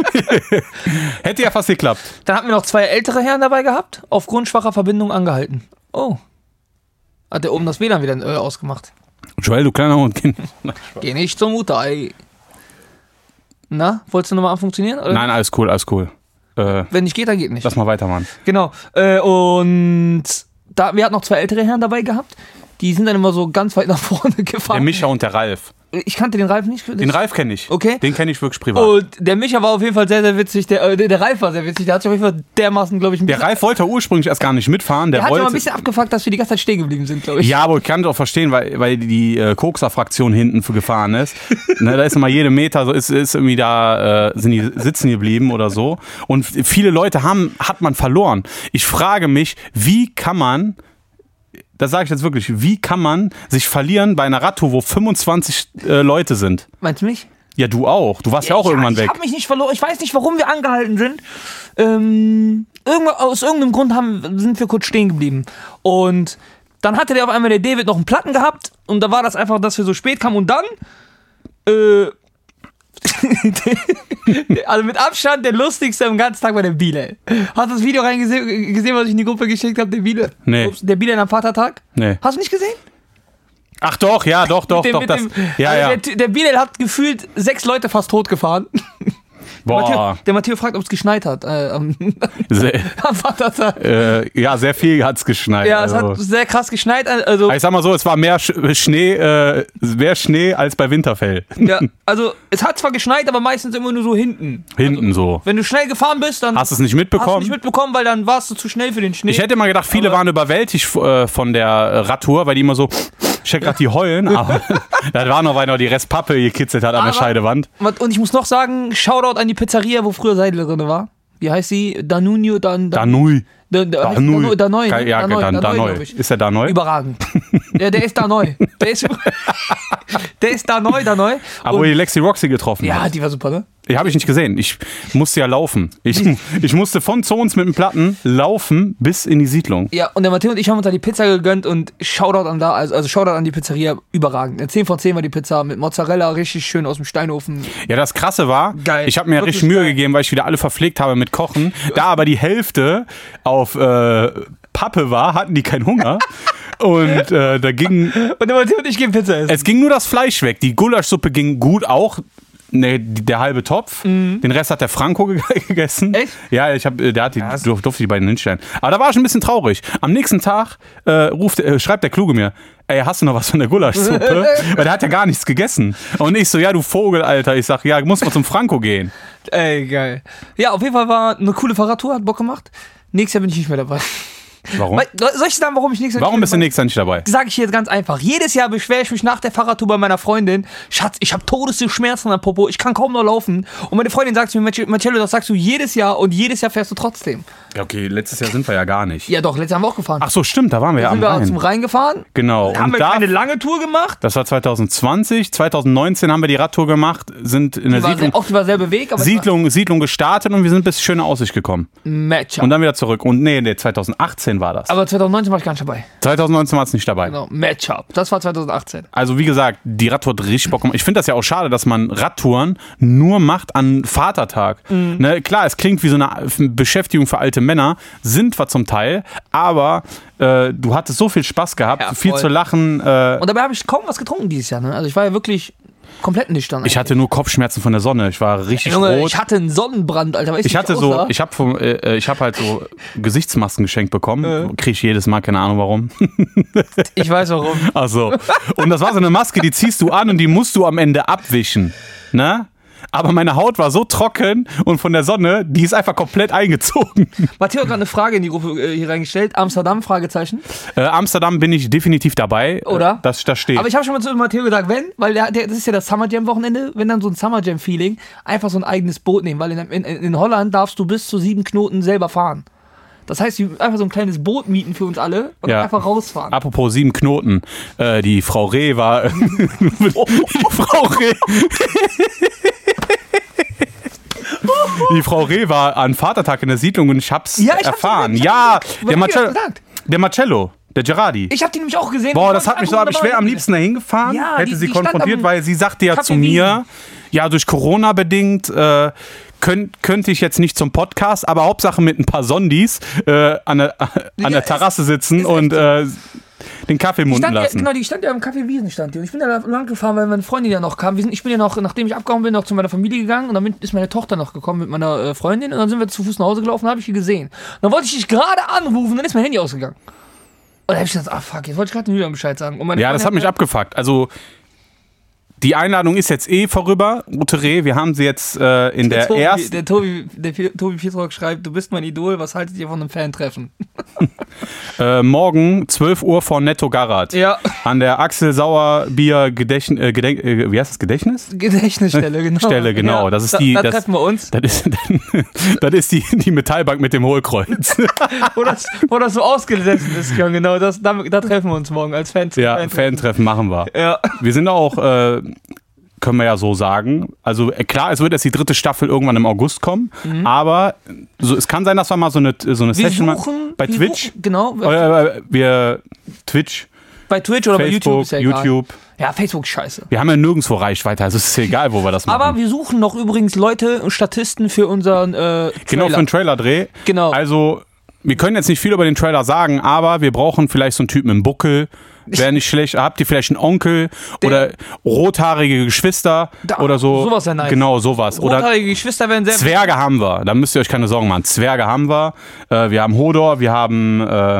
Hätte ja fast geklappt. Dann hatten wir noch zwei ältere Herren dabei gehabt, aufgrund schwacher Verbindung angehalten. Oh. Hat der oben das W L A N wieder äh, ausgemacht. Joel, du kleiner Hund. Geh nicht zur Mutter, ey. Na, wolltest du nochmal anfunktionieren? Oder? Nein, alles cool, alles cool. Äh, Wenn nicht geht, dann geht nicht. lass mal weitermachen. Genau. Äh, und da, wir hatten noch zwei ältere Herren dabei gehabt. Die sind dann immer so ganz weit nach vorne Der gefahren. Micha und der Ralf. Ich kannte den Ralf nicht. Den Ralf kenne ich. Okay. Den kenne ich wirklich privat. Und der Micha war auf jeden Fall sehr, sehr witzig. Der, äh, der Ralf war sehr witzig. Der hat sich auf jeden Fall dermaßen, glaube ich, ein Der bisschen, Ralf wollte ursprünglich erst gar nicht mitfahren. Der, der hat sich wollte. aber ein bisschen abgefuckt, dass wir die ganze Zeit stehen geblieben sind, glaube ich. Ja, aber ich kann das auch verstehen, weil, weil die äh, Kokser-Fraktion hinten für gefahren ist. Ne, da ist immer jede Meter, so ist, ist irgendwie da, äh, sind die sitzen geblieben oder so. Und viele Leute haben, hat man verloren. Ich frage mich, wie kann man, das sage ich jetzt wirklich, wie kann man sich verlieren bei einer Radtour, wo fünfundzwanzig äh, Leute sind? Meinst du mich? Ja, du auch. Du warst ja, auch ich, irgendwann ich weg. Ich habe mich nicht verloren. Ich weiß nicht, warum wir angehalten sind. Ähm, irgendwo, aus irgendeinem Grund haben, sind wir kurz stehen geblieben. Und dann hatte der auf einmal, der David, noch einen Platten gehabt. Und da war das einfach, dass wir so spät kamen. Und dann, äh, also mit Abstand der lustigste am ganzen Tag war der Bilal. Hast du das Video reingesehen, gesehen, was ich in die Gruppe geschickt habe? Der Bilal. Nee. Ups, Der Bilal am Vatertag? Nee. Hast du nicht gesehen? Ach doch, ja, doch, doch, Mit dem- doch. mit Das, dem- ja, also ja. Der, der Bilal hat gefühlt sechs Leute fast tot gefahren. Boah. Matteo, der Matteo fragt, ob es geschneit hat äh, am, Sehr, am Vatertag. äh, ja, sehr viel hat's geschneit. Ja, es also. hat sehr krass geschneit. Also, Ich sag mal so, es war mehr Sch Schnee, äh, mehr Schnee als bei Winterfell. ja, also es hat zwar geschneit, aber meistens immer nur so hinten. Hinten so. Wenn du schnell gefahren bist, dann Hast du es nicht hast du mitbekommen? nicht mitbekommen, weil dann warst du zu schnell für den Schnee. Ich hätte mal gedacht, viele Aber- waren überwältigt äh, von der äh, Radtour, weil die immer so, ich hätte gerade die heulen, aber das war noch, weil noch die Restpappe gekitzelt hat an der Aber- Scheidewand. Und ich muss noch sagen, Shoutout an die Pizzeria, wo früher Seidel drin war. Wie heißt sie? Danunio, Dan, Dan, Danui. Da, da, heißt Danui. Danoi, Danoi, Kein- ne? Ja, Danoi, Dan, Danoi, Danoi. glaub ich. Ist er da neu? Überragend. Ja, der ist da neu. Der ist, der ist da neu, da neu. Aber wo die Lexi Roxy getroffen Ja, hat. die war super, ne? Die habe ich nicht gesehen. Ich musste ja laufen. Ich, ich musste von Zons mit dem Platten laufen bis in die Siedlung. Ja, und der Matteo und ich haben uns da die Pizza gegönnt und Shoutout an da, also, also Shoutout an die Pizzeria, überragend. Eine zehn von zehn war die Pizza mit Mozzarella, richtig schön aus dem Steinofen. Ja, das Krasse war, Geil. ich habe mir Wirklich richtig Mühe geil. gegeben, weil ich wieder alle verpflegt habe mit Kochen. Da aber die Hälfte auf äh, Pappe war, hatten die keinen Hunger. Und äh, da ging, Und der Matteo und ich gehen Pizza essen. es ging nur das Fleisch weg. Die Gulaschsuppe ging gut auch. Nee, der halbe Topf. Mhm. Den Rest hat der Franco gegessen. Echt? Ja, ich hab, der hat die, ja, durfte die beiden hinstellen. Aber da war ich ein bisschen traurig. Am nächsten Tag äh, ruft, äh, schreibt der Kluge mir, ey, hast du noch was von der Gulaschsuppe? Weil der hat ja gar nichts gegessen. Und ich so, ja, du Vogel, Alter. Ich sag, ja, muss mal zum Franco gehen. Ey, geil. Ja, auf jeden Fall war eine coole Fahrradtour, hat Bock gemacht. Nächstes Jahr bin ich nicht mehr dabei. Warum? Weil, soll ich sagen, warum ich nächstes Jahr Warum bist du nächstes Jahr nicht dabei? Sag ich dir jetzt ganz einfach. Jedes Jahr beschwere ich mich nach der Fahrradtour bei meiner Freundin. Schatz, ich habe Todesschmerzen am Popo, ich kann kaum noch laufen. Und meine Freundin sagt zu mir, Marcello, das sagst du jedes Jahr und jedes Jahr fährst du trotzdem. Ja, okay, letztes Jahr sind wir ja gar nicht. Ja doch, letztes Jahr haben wir auch gefahren. Ach so, stimmt, da waren wir da ja am sind wir Rhein. zum Rhein gefahren. Genau. Da haben wir da, eine lange Tour gemacht. Das war zwanzig zwanzig. zwanzig neunzehn haben wir die Radtour gemacht, sind in der Die war Siedlung, sehr, auch die war selber Weg. Aber Siedlung, Siedlung gestartet und wir sind bis schöne Aussicht gekommen. Matchup. Und dann wieder zurück. Und nee, nee, zwanzig achtzehn war das. Aber zwanzig neunzehn war ich gar nicht dabei. zwanzig neunzehn war es nicht dabei. Genau, Matchup. Das war zwanzig achtzehn. Also wie gesagt, die Radtour hat richtig Bock gemacht. Ich finde das ja auch schade, dass man Radtouren nur macht an Vatertag. Mhm. Ne, klar, es klingt wie so eine Beschäftigung für alte Männer, sind wir zum Teil, aber äh, du hattest so viel Spaß gehabt, ja, viel zu lachen. Äh, Und dabei habe ich kaum was getrunken dieses Jahr. Ne? Also ich war ja wirklich komplett nüchtern. Ich hatte nur Kopfschmerzen von der Sonne. Ich war richtig ja, Junge, rot. Ich hatte einen Sonnenbrand, Alter. Weißt ich hatte so, ich habe äh, ich habe halt so Gesichtsmasken geschenkt bekommen. Äh. Kriege ich jedes Mal, keine Ahnung warum. Ich weiß warum. Ach so. Und das war so eine Maske, die ziehst du an und die musst du am Ende abwischen. Ne? Aber meine Haut war so trocken und von der Sonne, die ist einfach komplett eingezogen. Matteo hat gerade eine Frage in die Gruppe äh, hier reingestellt. Amsterdam, Fragezeichen. Äh, Amsterdam bin ich definitiv dabei. Oder? Das, das steht. Aber ich habe schon mal zu Matteo gesagt, wenn, weil der, der, das ist ja das Summer Jam Wochenende, wenn dann so ein Summer Jam Feeling, einfach so ein eigenes Boot nehmen. Weil in, in, in Holland darfst du bis zu sieben Knoten selber fahren. Das heißt, einfach so ein kleines Boot mieten für uns alle und ja. einfach rausfahren. Apropos sieben Knoten, äh, die Frau Reh war... oh. Die Frau Reh... Die Frau Reh war an Vatertag in der Siedlung und ich hab's ja, ich erfahren. Hab's ja, der, Marcello, der Marcello, der Gerardi. Ich hab die nämlich auch gesehen. Boah, das hat mich so, ich wäre am liebsten dahin gefahren, ja, hätte die, sie die konfrontiert, weil sie sagte ja zu mir, ja, durch Corona bedingt äh, könnt, könnte ich jetzt nicht zum Podcast, aber Hauptsache mit ein paar Sondis äh, an, der, an ja, der Terrasse ist, sitzen ist und äh, den Kaffee im Mund lassen. Ja, genau, die stand ja am Café Wiesen stand die. Und ich bin da lang gefahren, weil meine Freundin ja noch kam. Wir sind, ich bin ja noch, nachdem ich abgehauen bin, noch zu meiner Familie gegangen und dann ist meine Tochter noch gekommen mit meiner äh, Freundin und dann sind wir zu Fuß nach Hause gelaufen und habe ich die gesehen. Und dann wollte ich dich gerade anrufen und dann ist mein Handy ausgegangen. Und dann habe ich gedacht, ah fuck, jetzt wollte ich gerade den Julian Bescheid sagen. Und meine ja, Freundin das hat mich hat abgefuckt. Also die Einladung ist jetzt eh vorüber, Rote Reh. Wir haben sie jetzt äh, in der, der ersten... Der Tobi, der Tobi Pietrock schreibt, du bist mein Idol, was haltet ihr von einem Fan-Treffen? äh, morgen, zwölf Uhr vor Netto Garat. Ja. An der Axel Sauer Bier Gedächtnis... Äh, Gedenk, äh, wie heißt das? Gedächtnis? Gedächtnisstelle, genau. Stelle, genau. Ja, das ist die, da, da das, treffen wir uns. Das ist, das ist die, die Metallbank mit dem Hohlkreuz. wo, das, wo das so ausgesessen ist, genau. Das, da, da treffen wir uns morgen als Fans. Ja, Fan-Treffen Fan machen wir. Ja. Wir sind auch... Äh, können wir ja so sagen. Also klar, es wird jetzt die dritte Staffel irgendwann im August kommen, mhm. aber so, es kann sein, dass wir mal so eine, so eine wir Session suchen, bei wir Twitch. Suchen, genau. Äh, wir Twitch. Bei Twitch oder Facebook, bei YouTube ist ja egal. YouTube. Ja, Facebook scheiße. Wir haben ja nirgendwo Reichweite, also es ist egal, wo wir das machen. Aber wir suchen noch übrigens Leute, Statisten für unseren äh, Trailer. Genau, für einen Trailer-Dreh. Genau. Also, wir können jetzt nicht viel über den Trailer sagen, aber wir brauchen vielleicht so einen Typen im Buckel. Wäre nicht schlecht. Habt ihr vielleicht einen Onkel der oder rothaarige Geschwister da, oder so? Sowas wäre nice. Genau, sowas. Rothaarige oder Geschwister wären sehr... Zwerge haben wir. Da müsst ihr euch keine Sorgen machen. Zwerge haben wir. Äh, wir haben Hodor, wir haben äh,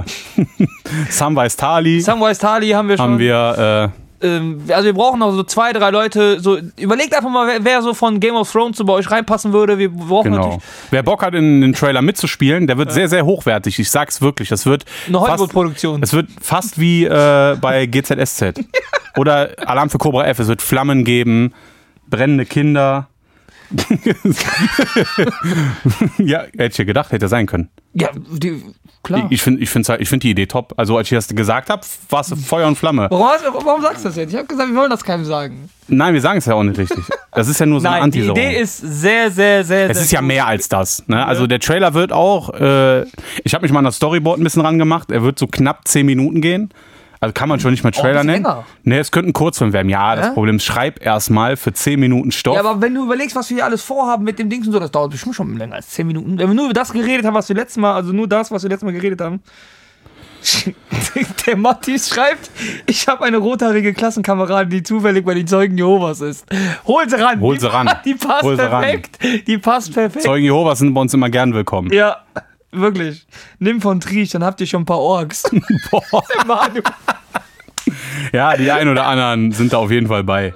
Samwise Tali. Samwise Tali haben wir schon. Haben wir... Äh, also wir brauchen noch so zwei, drei Leute. So, überlegt einfach mal, wer, wer so von Game of Thrones so bei euch reinpassen würde. Wir brauchen genau. natürlich... Wer Bock hat, in den Trailer mitzuspielen, der wird ja. sehr, sehr hochwertig. Ich sag's wirklich. Das wird eine Hollywood-Produktion. Es wird fast wie äh, bei G Z S Z. Oder Alarm für Cobra F. Es wird Flammen geben, brennende Kinder. Ja, hätte ich ja gedacht, hätte sein können. Ja, die, klar. Ich finde ich find, ich find die Idee top. Also als ich das gesagt habe, war es Feuer und Flamme. Warum, warum sagst du das jetzt? Ich habe gesagt, wir wollen das keinem sagen. Nein, wir sagen es ja auch nicht richtig. Das ist ja nur so eine Anti-Sorge. Die Idee ist sehr, sehr, sehr, Es sehr ist ja gut. mehr als das. Ne? Also der Trailer wird auch, äh, ich habe mich mal an das Storyboard ein bisschen rangemacht, er wird so knapp zehn Minuten gehen. Also kann man schon nicht mal Trailer oh, nennen. Länger. Ne, es könnte ein Kurzfilm werden. Ja, das ja? Problem ist, schreib erstmal für zehn Minuten Stoff. Ja, aber wenn du überlegst, was wir hier alles vorhaben mit dem Dings und so, das dauert bestimmt schon länger als zehn Minuten. Wenn wir nur über das geredet haben, was wir letztes Mal, also nur das, was wir letztes Mal geredet haben. Der Mattis schreibt, ich habe eine rothaarige Klassenkameradin, die zufällig bei den Zeugen Jehovas ist. Hol sie ran. Hol sie ran. Die passt Hol sie perfekt. ran. Die passt perfekt. Zeugen Jehovas sind bei uns immer gern willkommen. Ja, wirklich. Nimm von Triech, dann habt ihr schon ein paar Orks. Boah. Der Manu. Ja, die ein oder anderen sind da auf jeden Fall bei.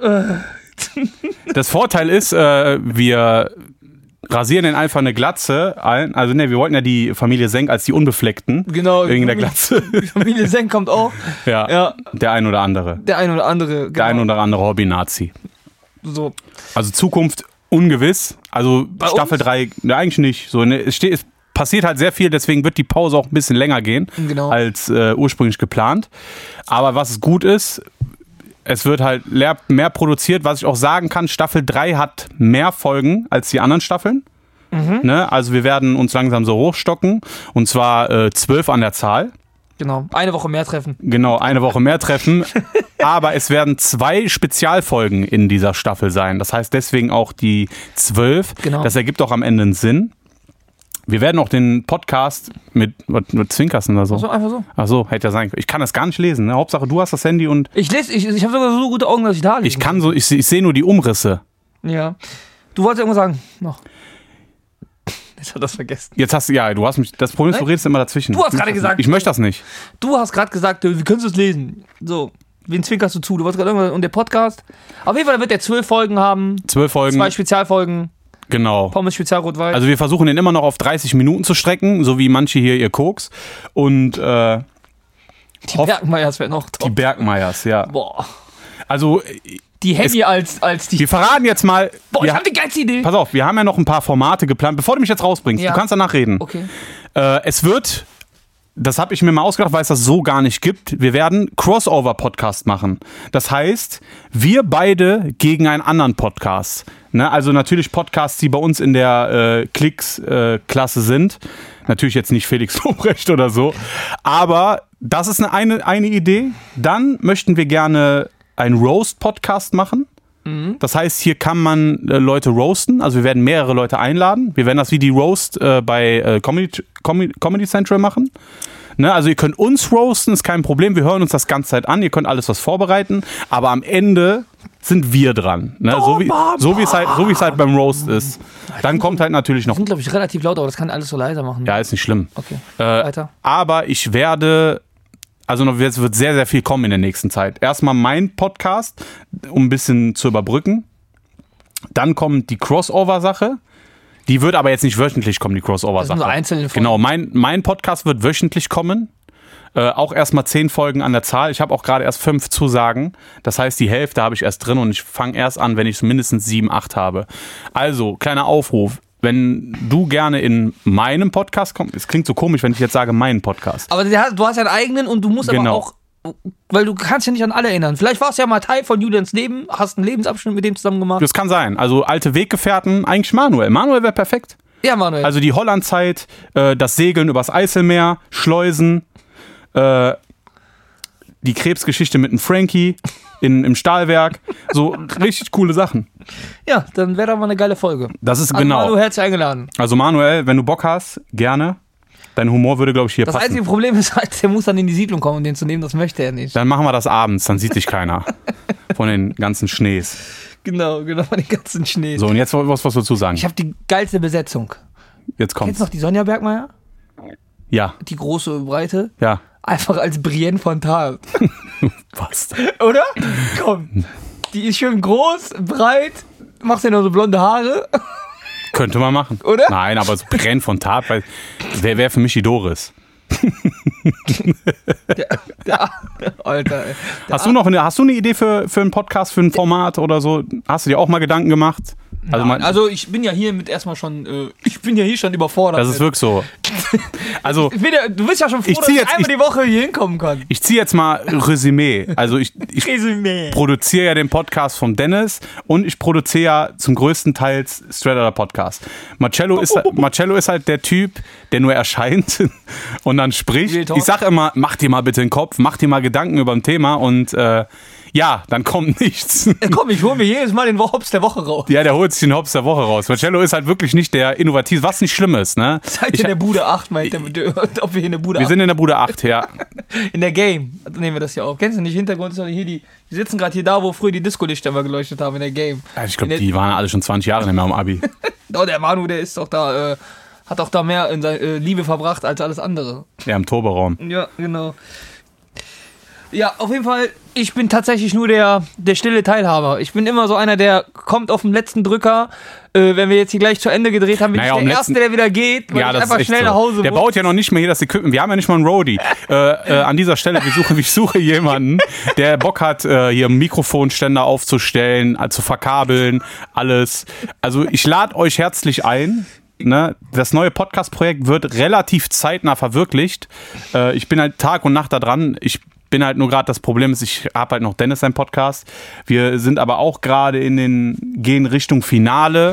Das Vorteil ist, äh, wir rasieren den einfach eine Glatze ein. Also ne, wir wollten ja die Familie Senk als die Unbefleckten. Genau. Wegen der Glatze. Die Familie Senk kommt auch. Ja, Ja. der ein oder andere. Der ein oder andere. Genau. Der ein oder andere Hobby-Nazi. So. Also Zukunft ungewiss. Also Bei Staffel uns? drei, ne, eigentlich nicht. So, ne, es, steht, es passiert halt sehr viel, deswegen wird die Pause auch ein bisschen länger gehen, Genau. als äh, ursprünglich geplant. Aber was gut ist, es wird halt leer, mehr produziert. Was ich auch sagen kann, Staffel drei hat mehr Folgen als die anderen Staffeln. Mhm. Ne? Also wir werden uns langsam so hochstocken. Und zwar äh, zwölf an der Zahl. Genau. Eine Woche mehr treffen. Genau, eine Woche mehr treffen. Aber es werden zwei Spezialfolgen in dieser Staffel sein. Das heißt deswegen auch die zwölf. Genau. Das ergibt auch am Ende einen Sinn. Wir werden auch den Podcast mit, mit, mit Zwinkersen oder so. So, einfach so. Ach so, hätte ja sein können. Ich kann das gar nicht lesen. Ne? Hauptsache, du hast das Handy und Ich lese, ich, ich habe sogar so gute Augen, dass ich da lese. ich kann so, ich, ich sehe nur die Umrisse. Ja. Du wolltest irgendwas sagen? Noch. Jetzt hat das vergessen. Jetzt hast du, ja, du hast mich, das Problem ist, du Nein. redest immer dazwischen. Du hast Ich gerade möchte das gesagt- nicht. Ich möchte das nicht. Du hast gerade gesagt, du kannst es lesen. So. Wen zwinkerst du zu? Du wolltest gerade irgendwas. Und der Podcast? Auf jeden Fall wird der zwölf Folgen haben. Zwölf Folgen. Zwei Spezialfolgen. Genau. Pommes Spezial-Rot-Weiß. Also wir versuchen den immer noch auf dreißig Minuten zu strecken, so wie manche hier ihr Koks. Und äh, die hoff- Bergmeiers wäre noch top. die Bergmeiers, ja. Boah. Also Die Henny als, als die. wir verraten jetzt mal. Boah, wir ich ha- hab die geilste Idee. Pass auf, wir haben ja noch ein paar Formate geplant. Bevor du mich jetzt rausbringst, Ja. du kannst danach reden. Okay. Äh, es wird, das habe ich mir mal ausgedacht, weil es das so gar nicht gibt. Wir werden Crossover-Podcast machen. Das heißt, wir beide gegen einen anderen Podcast. Ne? Also natürlich Podcasts, die bei uns in der äh, Klicks-Klasse sind. Natürlich jetzt nicht Felix Lobrecht oder so. Aber das ist eine, eine, eine Idee. Dann möchten wir gerne einen Roast-Podcast machen. Das heißt, hier kann man äh, Leute roasten. Also wir werden mehrere Leute einladen. Wir werden das wie die Roast äh, bei äh, Comedy, Comedy, Comedy Central machen. Ne? Also ihr könnt uns roasten, ist kein Problem. Wir hören uns das ganze Zeit an. Ihr könnt alles was vorbereiten. Aber am Ende sind wir dran. Ne? So wie so wie es halt, so wie es halt beim Roast ist. Dann kommt halt natürlich noch. Die sind, glaube ich, relativ laut, aber das kann alles so leiser machen. Ja, ist nicht schlimm. Okay. Äh, Weiter. aber ich werde, also noch, es wird sehr, sehr viel kommen in der nächsten Zeit. Erstmal mein Podcast, um ein bisschen zu überbrücken. Dann kommt die Crossover-Sache. Die wird aber jetzt nicht wöchentlich kommen, die Das sind Crossover-Sache. so einzelne Folgen. Genau, mein, mein Podcast wird wöchentlich kommen. Äh, auch erstmal zehn Folgen an der Zahl. Ich habe auch gerade erst fünf Zusagen. Das heißt, die Hälfte habe ich erst drin und ich fange erst an, wenn ich mindestens sieben, acht habe. Also, kleiner Aufruf. Wenn du gerne in meinem Podcast kommst, es klingt so komisch, wenn ich jetzt sage, meinen Podcast. Aber der hat- du hast ja einen eigenen und du musst aber Genau. auch, weil du kannst ja nicht an alle erinnern. Vielleicht warst du ja mal Teil von Julians Leben, hast einen Lebensabschnitt mit dem zusammen gemacht. Das kann sein. Also alte Weggefährten, eigentlich Manuel. Manuel wäre perfekt. Ja, Manuel. Also die Hollandzeit, äh, das Segeln übers Eiselmeer, Schleusen, äh, die Krebsgeschichte mit dem Frankie in, im Stahlwerk. So richtig coole Sachen. ja, dann wäre da mal eine geile Folge. Das ist Also genau. Manu, herzlich eingeladen. Also Manuel, wenn du Bock hast, gerne. Dein Humor würde, glaube ich, hier Das passen. einzige Problem ist halt, der muss dann in die Siedlung kommen, um den zu nehmen, das möchte er nicht. Dann machen wir das abends, dann sieht dich keiner. Von den ganzen Schnees. Genau, genau, den ganzen Schnee. So, und jetzt was, was dazu sagen. Ich habe die geilste Besetzung. Jetzt kommt's. Kennst du noch die Sonja Bergmeier? Ja, Die große, breite? ja. Einfach als Brienne von Tal. Was? Oder? Komm. Die ist schön groß, breit, machst ja noch so blonde Haare. Könnte man machen. Oder? Nein, aber so Brenn von Tat, weil wer wäre für mich die Doris? Der, der, Alter, ey. Hast du noch eine, hast du eine Idee für, für einen Podcast, für ein Format oder so? Hast du dir auch mal Gedanken gemacht? Also, Nein, man, also ich bin ja hier mit erstmal schon, äh, ich bin ja hier schon überfordert. das ist wirklich so. Also, ich bin ja, du bist ja schon froh, Ich dass zieh ich jetzt- einmal ich- die Woche hier hinkommen kann. ich ziehe jetzt mal Resümee. Also ich, ich Resümee. produziere ja den Podcast von Dennis und ich produziere ja zum größten Teil Straight Outta Podcast. Marcello ist, Marcello ist halt der Typ, der nur erscheint und dann spricht. Real Talk. Ich sag immer, mach dir mal bitte den Kopf, mach dir mal Gedanken über ein Thema und äh, ja, dann kommt nichts. Ja, komm, ich hole mir jedes Mal den Hops der Woche raus. Ja, der holt sich den Hops der Woche raus. Marcello ist halt wirklich nicht der Innovativ, was nicht schlimm ist, ne? Seit Ich, in der Bude acht, meint er, ob wir hier in der Bude Wir acht sind in der Bude acht, ja. In der Game nehmen wir das ja auf. Kennst du nicht? Hintergrund ist doch hier die. Wir sitzen gerade hier da, wo früher die Disco-Lichter mal geleuchtet haben in der Game. Ja, ich glaube, die waren alle schon zwanzig Jahre nicht mehr am Abi. Oh, der Manu, der ist doch da, äh, hat doch da mehr in seine äh, Liebe verbracht als alles andere. Ja, im Turbaraum. Ja, genau. Ja, auf jeden Fall, ich bin tatsächlich nur der, der stille Teilhaber. Ich bin immer so einer, der kommt auf den letzten Drücker. Äh, wenn wir jetzt hier gleich zu Ende gedreht haben, bin naja, ich der Erste, der wieder geht, weil ja, ich das einfach ist echt schnell so. nach Hause Der muss. baut ja noch nicht mehr hier das Equipment. Wir haben ja nicht mal einen Roadie. äh, äh, an dieser Stelle, ich suche, ich suche jemanden, der Bock hat, äh, hier Mikrofonständer aufzustellen, äh, zu verkabeln, alles. Also ich lade euch herzlich ein. Ne, das neue Podcast-Projekt wird relativ zeitnah verwirklicht. Äh, ich bin halt Tag und Nacht da dran. Ich bin halt nur gerade, das Problem ist, ich habe halt noch Dennis seinen Podcast. Wir sind aber auch gerade in den, gehen Richtung Finale.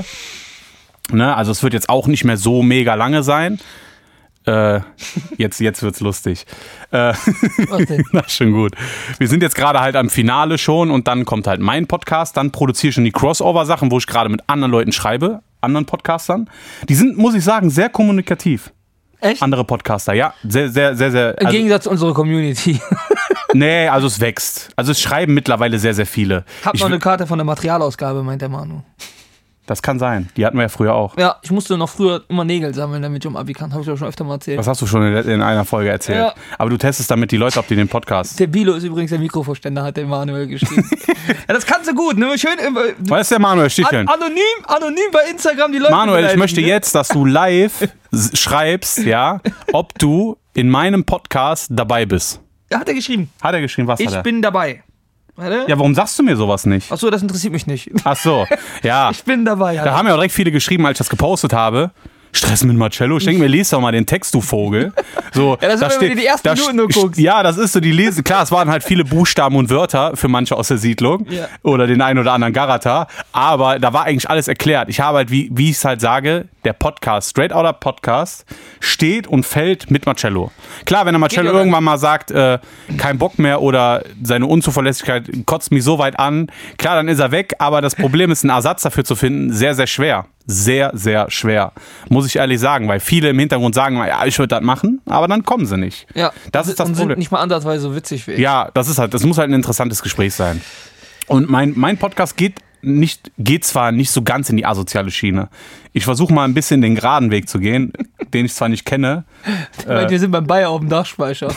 Ne, also es wird jetzt auch nicht mehr so mega lange sein. Äh, jetzt, jetzt wird's lustig. Äh, Was denn? Na, schon gut. Wir sind jetzt gerade halt am Finale schon und dann kommt halt mein Podcast. Dann produziere ich schon die Crossover-Sachen, wo ich gerade mit anderen Leuten schreibe, anderen Podcastern. Die sind, muss ich sagen, sehr kommunikativ. Echt? Andere Podcaster, ja. Sehr, sehr, sehr, sehr. Im Also, Gegensatz zu unserer Community. nee, also es wächst. Also es schreiben mittlerweile sehr, sehr viele. Hab Ich noch will- eine Karte von der Materialausgabe, meint der Manu. Das kann sein. Die hatten wir ja früher auch. Ja, ich musste noch früher immer Nägel sammeln, damit ich um Abi kann. Habe ich auch schon öfter mal erzählt. Das hast du schon in, in einer Folge erzählt. Ja. Aber du testest damit die Leute, ob die den Podcast. Der Bilo ist übrigens der Mikrovorständer, hat der Manuel geschrieben. Ja, das kannst du gut, ne? Schön im, äh, Was ist der Manuel Sticheln? an, anonym, anonym bei Instagram die Leute Manuel, ich beleidigen, möchte ne? jetzt, dass du live s- schreibst, ja, ob du in meinem Podcast dabei bist. Ja, hat er geschrieben. Hat er geschrieben, was Ich hat er? bin dabei. Warte. Ja, warum sagst du mir sowas nicht? Achso, das interessiert mich nicht. Ach so, ja. Ich bin dabei. Da Alter. haben ja auch direkt viele geschrieben, als ich das gepostet habe. Stress mit Marcello. Ich denke mir, lies doch mal den Text, du Vogel. So, Ja, das ist, da wenn du dir die ersten da Minuten nur st- guckst. Ja, das ist so die Lese. Klar, es waren halt viele Buchstaben und Wörter für manche aus der Siedlung. Ja. Oder den einen oder anderen Garata. Aber da war eigentlich alles erklärt. Ich habe halt, wie, wie ich es halt sage, der Podcast, Straight Outta Podcast, steht und fällt mit Marcello. Klar, wenn der Marcello ja irgendwann mal sagt, äh, kein Bock mehr oder seine Unzuverlässigkeit kotzt mich so weit an, klar, dann ist er weg. Aber das Problem ist, einen Ersatz dafür zu finden, sehr, sehr schwer. Sehr, sehr schwer. Muss ich ehrlich sagen, weil viele im Hintergrund sagen, ja, ich würde das machen, aber dann kommen sie nicht. Ja, Das ist das und Problem. sind nicht mal ansatzweise so witzig wie ich. Ja, das ist halt, das muss halt ein interessantes Gespräch sein. Und mein, mein Podcast geht nicht, geht zwar nicht so ganz in die asoziale Schiene. Ich versuche mal ein bisschen den geraden Weg zu gehen, den ich zwar nicht kenne. Weil wir sind beim Bayer auf dem Dachspeicher.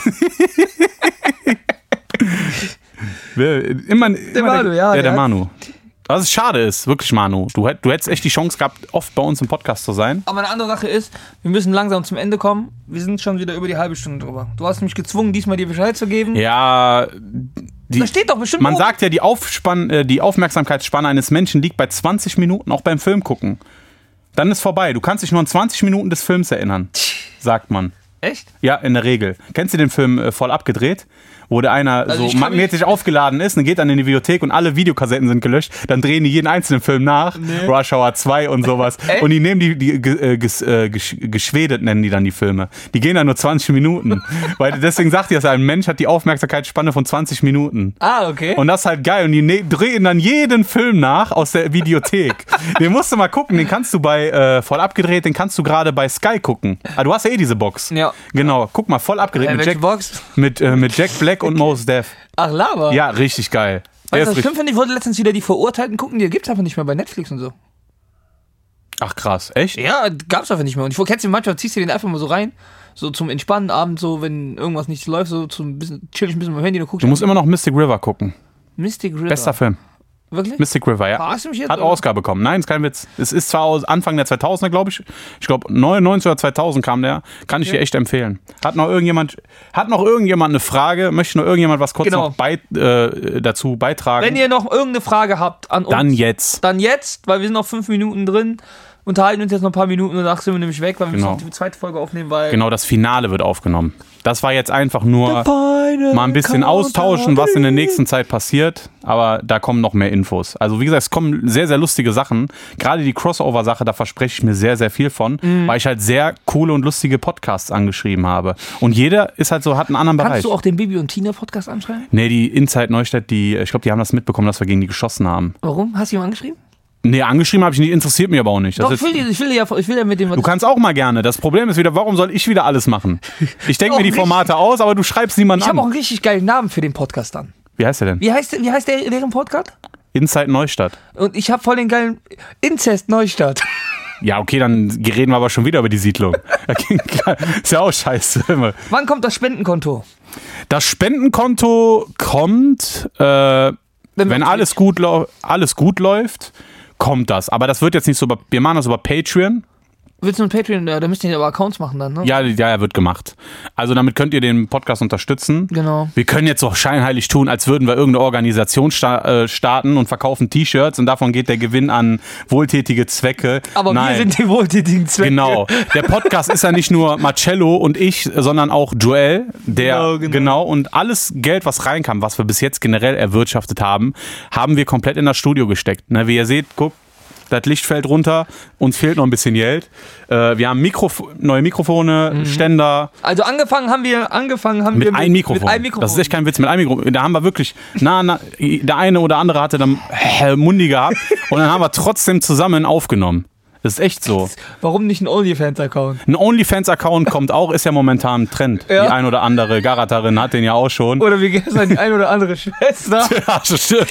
Wer- Immer, der immer Manu, ja, Ja, der der hat- Manu. Was es schade ist, wirklich Manu. Du, hätt- du hättest echt die Chance gehabt, oft bei uns im Podcast zu sein. Aber eine andere Sache ist, wir müssen langsam zum Ende kommen. Wir sind schon wieder über die halbe Stunde drüber. Du hast mich gezwungen, diesmal dir Bescheid zu geben. Ja, die, Da steht doch bestimmt man oben. sagt ja, die, Aufspann, äh, die Aufmerksamkeitsspanne eines Menschen liegt bei zwanzig Minuten, auch beim Film gucken. Dann ist vorbei. Du kannst dich nur an zwanzig Minuten des Films erinnern, sagt man. Echt? Ja, in der Regel. Kennst du den Film äh, voll abgedreht? Wo der einer Also ich so kann magnetisch aufgeladen ist und geht dann in die Videothek und alle Videokassetten sind gelöscht. Dann drehen die jeden einzelnen Film nach. Nee. Rush Hour zwei und sowas. Echt? Und die nehmen die, die ge- äh, ges, äh, gesch, geschwedet, nennen die dann die Filme. Die gehen dann nur zwanzig Minuten. Weil deswegen sagt ihr, ein Mensch hat die Aufmerksamkeitsspanne von zwanzig Minuten. Ah, okay. Und das ist halt geil. Und die ne drehen dann jeden Film nach aus der Videothek. Den musst du mal gucken. Den kannst du bei äh, voll abgedreht, den kannst du gerade bei Sky gucken. Ah, du hast ja eh diese Box. Ja. Genau. Guck mal, voll abgedreht Äh, mit, welche Jack, Box? mit, äh, mit Jack Black und Mos Def. Ach, Lava. Ja, richtig geil. Der Weißt du, ist was schlimm richtig- finde? Ich wollte letztens wieder die Verurteilten gucken. Die gibt's einfach nicht mehr bei Netflix und so. Ach krass, echt? Ja, gab's einfach nicht mehr. Und ich kennst du manchmal, ziehst du den einfach mal so rein. So zum Entspannen abends, so wenn irgendwas nicht läuft, so zum bisschen, chill ich ein bisschen mit dem Handy und guckst. Du musst immer noch Mystic River gucken. Mystic River. Bester Film. Wirklich? Mystic River, ja. Verarschst du mich jetzt? Hat oder? Oscar bekommen. Nein, ist kein Witz. Es ist zwar aus Anfang der zweitausender, glaube ich. Ich glaube neunundneunzig oder zweitausend kam der. Kann ich Okay. dir echt empfehlen. Hat noch irgendjemand, hat noch irgendjemand eine Frage? Möchte noch irgendjemand was kurz Genau. noch bei, äh, dazu beitragen? Wenn ihr noch irgendeine Frage habt an uns, Dann jetzt. dann jetzt, weil wir sind noch fünf Minuten drin, unterhalten uns jetzt noch ein paar Minuten und danach sind wir nämlich weg, weil wir Genau. müssen die zweite Folge aufnehmen, weil Genau, das Finale wird aufgenommen. Das war jetzt einfach nur mal ein bisschen austauschen, was in der nächsten Zeit passiert. Aber da kommen noch mehr Infos. Also wie gesagt, es kommen sehr, sehr lustige Sachen. Gerade die Crossover-Sache, da verspreche ich mir sehr, sehr viel von, Mhm. weil ich halt sehr coole und lustige Podcasts angeschrieben habe. Und jeder ist halt so, hat einen anderen Kannst Bereich. du auch den Bibi und Tina Podcast anschreiben? Nee, die Inside Neustadt, die, ich glaube, die haben das mitbekommen, dass wir gegen die geschossen haben. Warum? Hast du ihn angeschrieben? Nee, angeschrieben habe ich nicht, interessiert mich aber auch nicht. Das Doch, ich will, die, ich, will ja, ich will ja mit dem... Du kannst auch mal gerne. Das Problem ist wieder, warum soll ich wieder alles machen? Ich denke mir die Auch Formate aus, aber du schreibst niemanden Ich habe auch an. einen richtig geilen Namen für den Podcast dann. Wie heißt der denn? Wie heißt, wie heißt der, deren Podcast? Inside Neustadt. Und ich habe voll den geilen Inzest Neustadt. Ja, okay, dann reden wir aber schon wieder über die Siedlung. Ist ja auch scheiße. Wann kommt das Spendenkonto? Das Spendenkonto kommt, äh, wenn, wenn alles gut, lau- alles gut läuft, kommt das. Aber das wird jetzt nicht so, über, wir machen das über Patreon. Willst du einen Patreon, da müsst ihr aber Accounts machen dann, ne? Ja, ja, er wird gemacht. Also damit könnt ihr den Podcast unterstützen. Genau. Wir können jetzt auch scheinheilig tun, als würden wir irgendeine Organisation sta- äh, starten und verkaufen T-Shirts und davon geht der Gewinn an wohltätige Zwecke. Aber Nein. wir sind die wohltätigen Zwecke. Genau. Der Podcast ist ja nicht nur Marcello und ich, sondern auch Joel, der Genau, genau. genau und alles Geld, was reinkam, was wir bis jetzt generell erwirtschaftet haben, haben wir komplett in das Studio gesteckt. Ne, wie ihr seht, guck, das Licht fällt runter, uns fehlt noch ein bisschen Geld. Äh, wir haben Mikrof- neue Mikrofone, mhm. Ständer. Also angefangen haben wir, angefangen haben Mit, wir mit einem Mikrofon. mit einem Mikrofon. Das ist echt kein Witz, mit einem Mikrofon. Da haben wir wirklich, na, na, der eine oder andere hatte dann äh, Mundi gehabt und dann haben wir trotzdem zusammen aufgenommen. Das ist echt so. Warum nicht ein OnlyFans-Account? Ein OnlyFans-Account kommt auch, ist ja momentan ein Trend. Ja. Die ein oder andere Garatarin hat den ja auch schon. Oder wie gestern die ein oder andere Schwester. Ja, stimmt.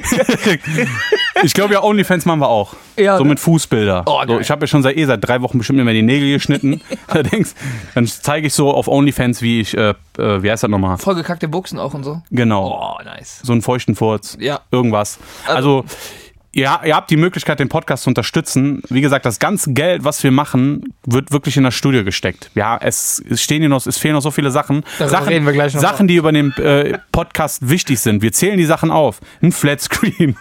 Ich glaube ja, OnlyFans machen wir auch. Ja, so ne? mit Fußbilder. Oh, so, geil. ich habe ja schon seit, eh seit drei Wochen bestimmt immer die Nägel geschnitten. Da denkst, dann zeige ich so auf OnlyFans, wie ich, äh, äh, wie heißt das nochmal? Vollgekackte Buchsen auch und so. Genau. Oh, nice. So einen feuchten Furz. Ja. Irgendwas. Also, ja, ihr habt die Möglichkeit, den Podcast zu unterstützen. Wie gesagt, das ganze Geld, was wir machen, wird wirklich in das Studio gesteckt. Ja, es, es stehen hier noch, es fehlen noch so viele Sachen. Darüber Sachen, reden wir gleich noch Sachen, die über den äh, Podcast wichtig sind. Wir zählen die Sachen auf. Ein Flatscreen.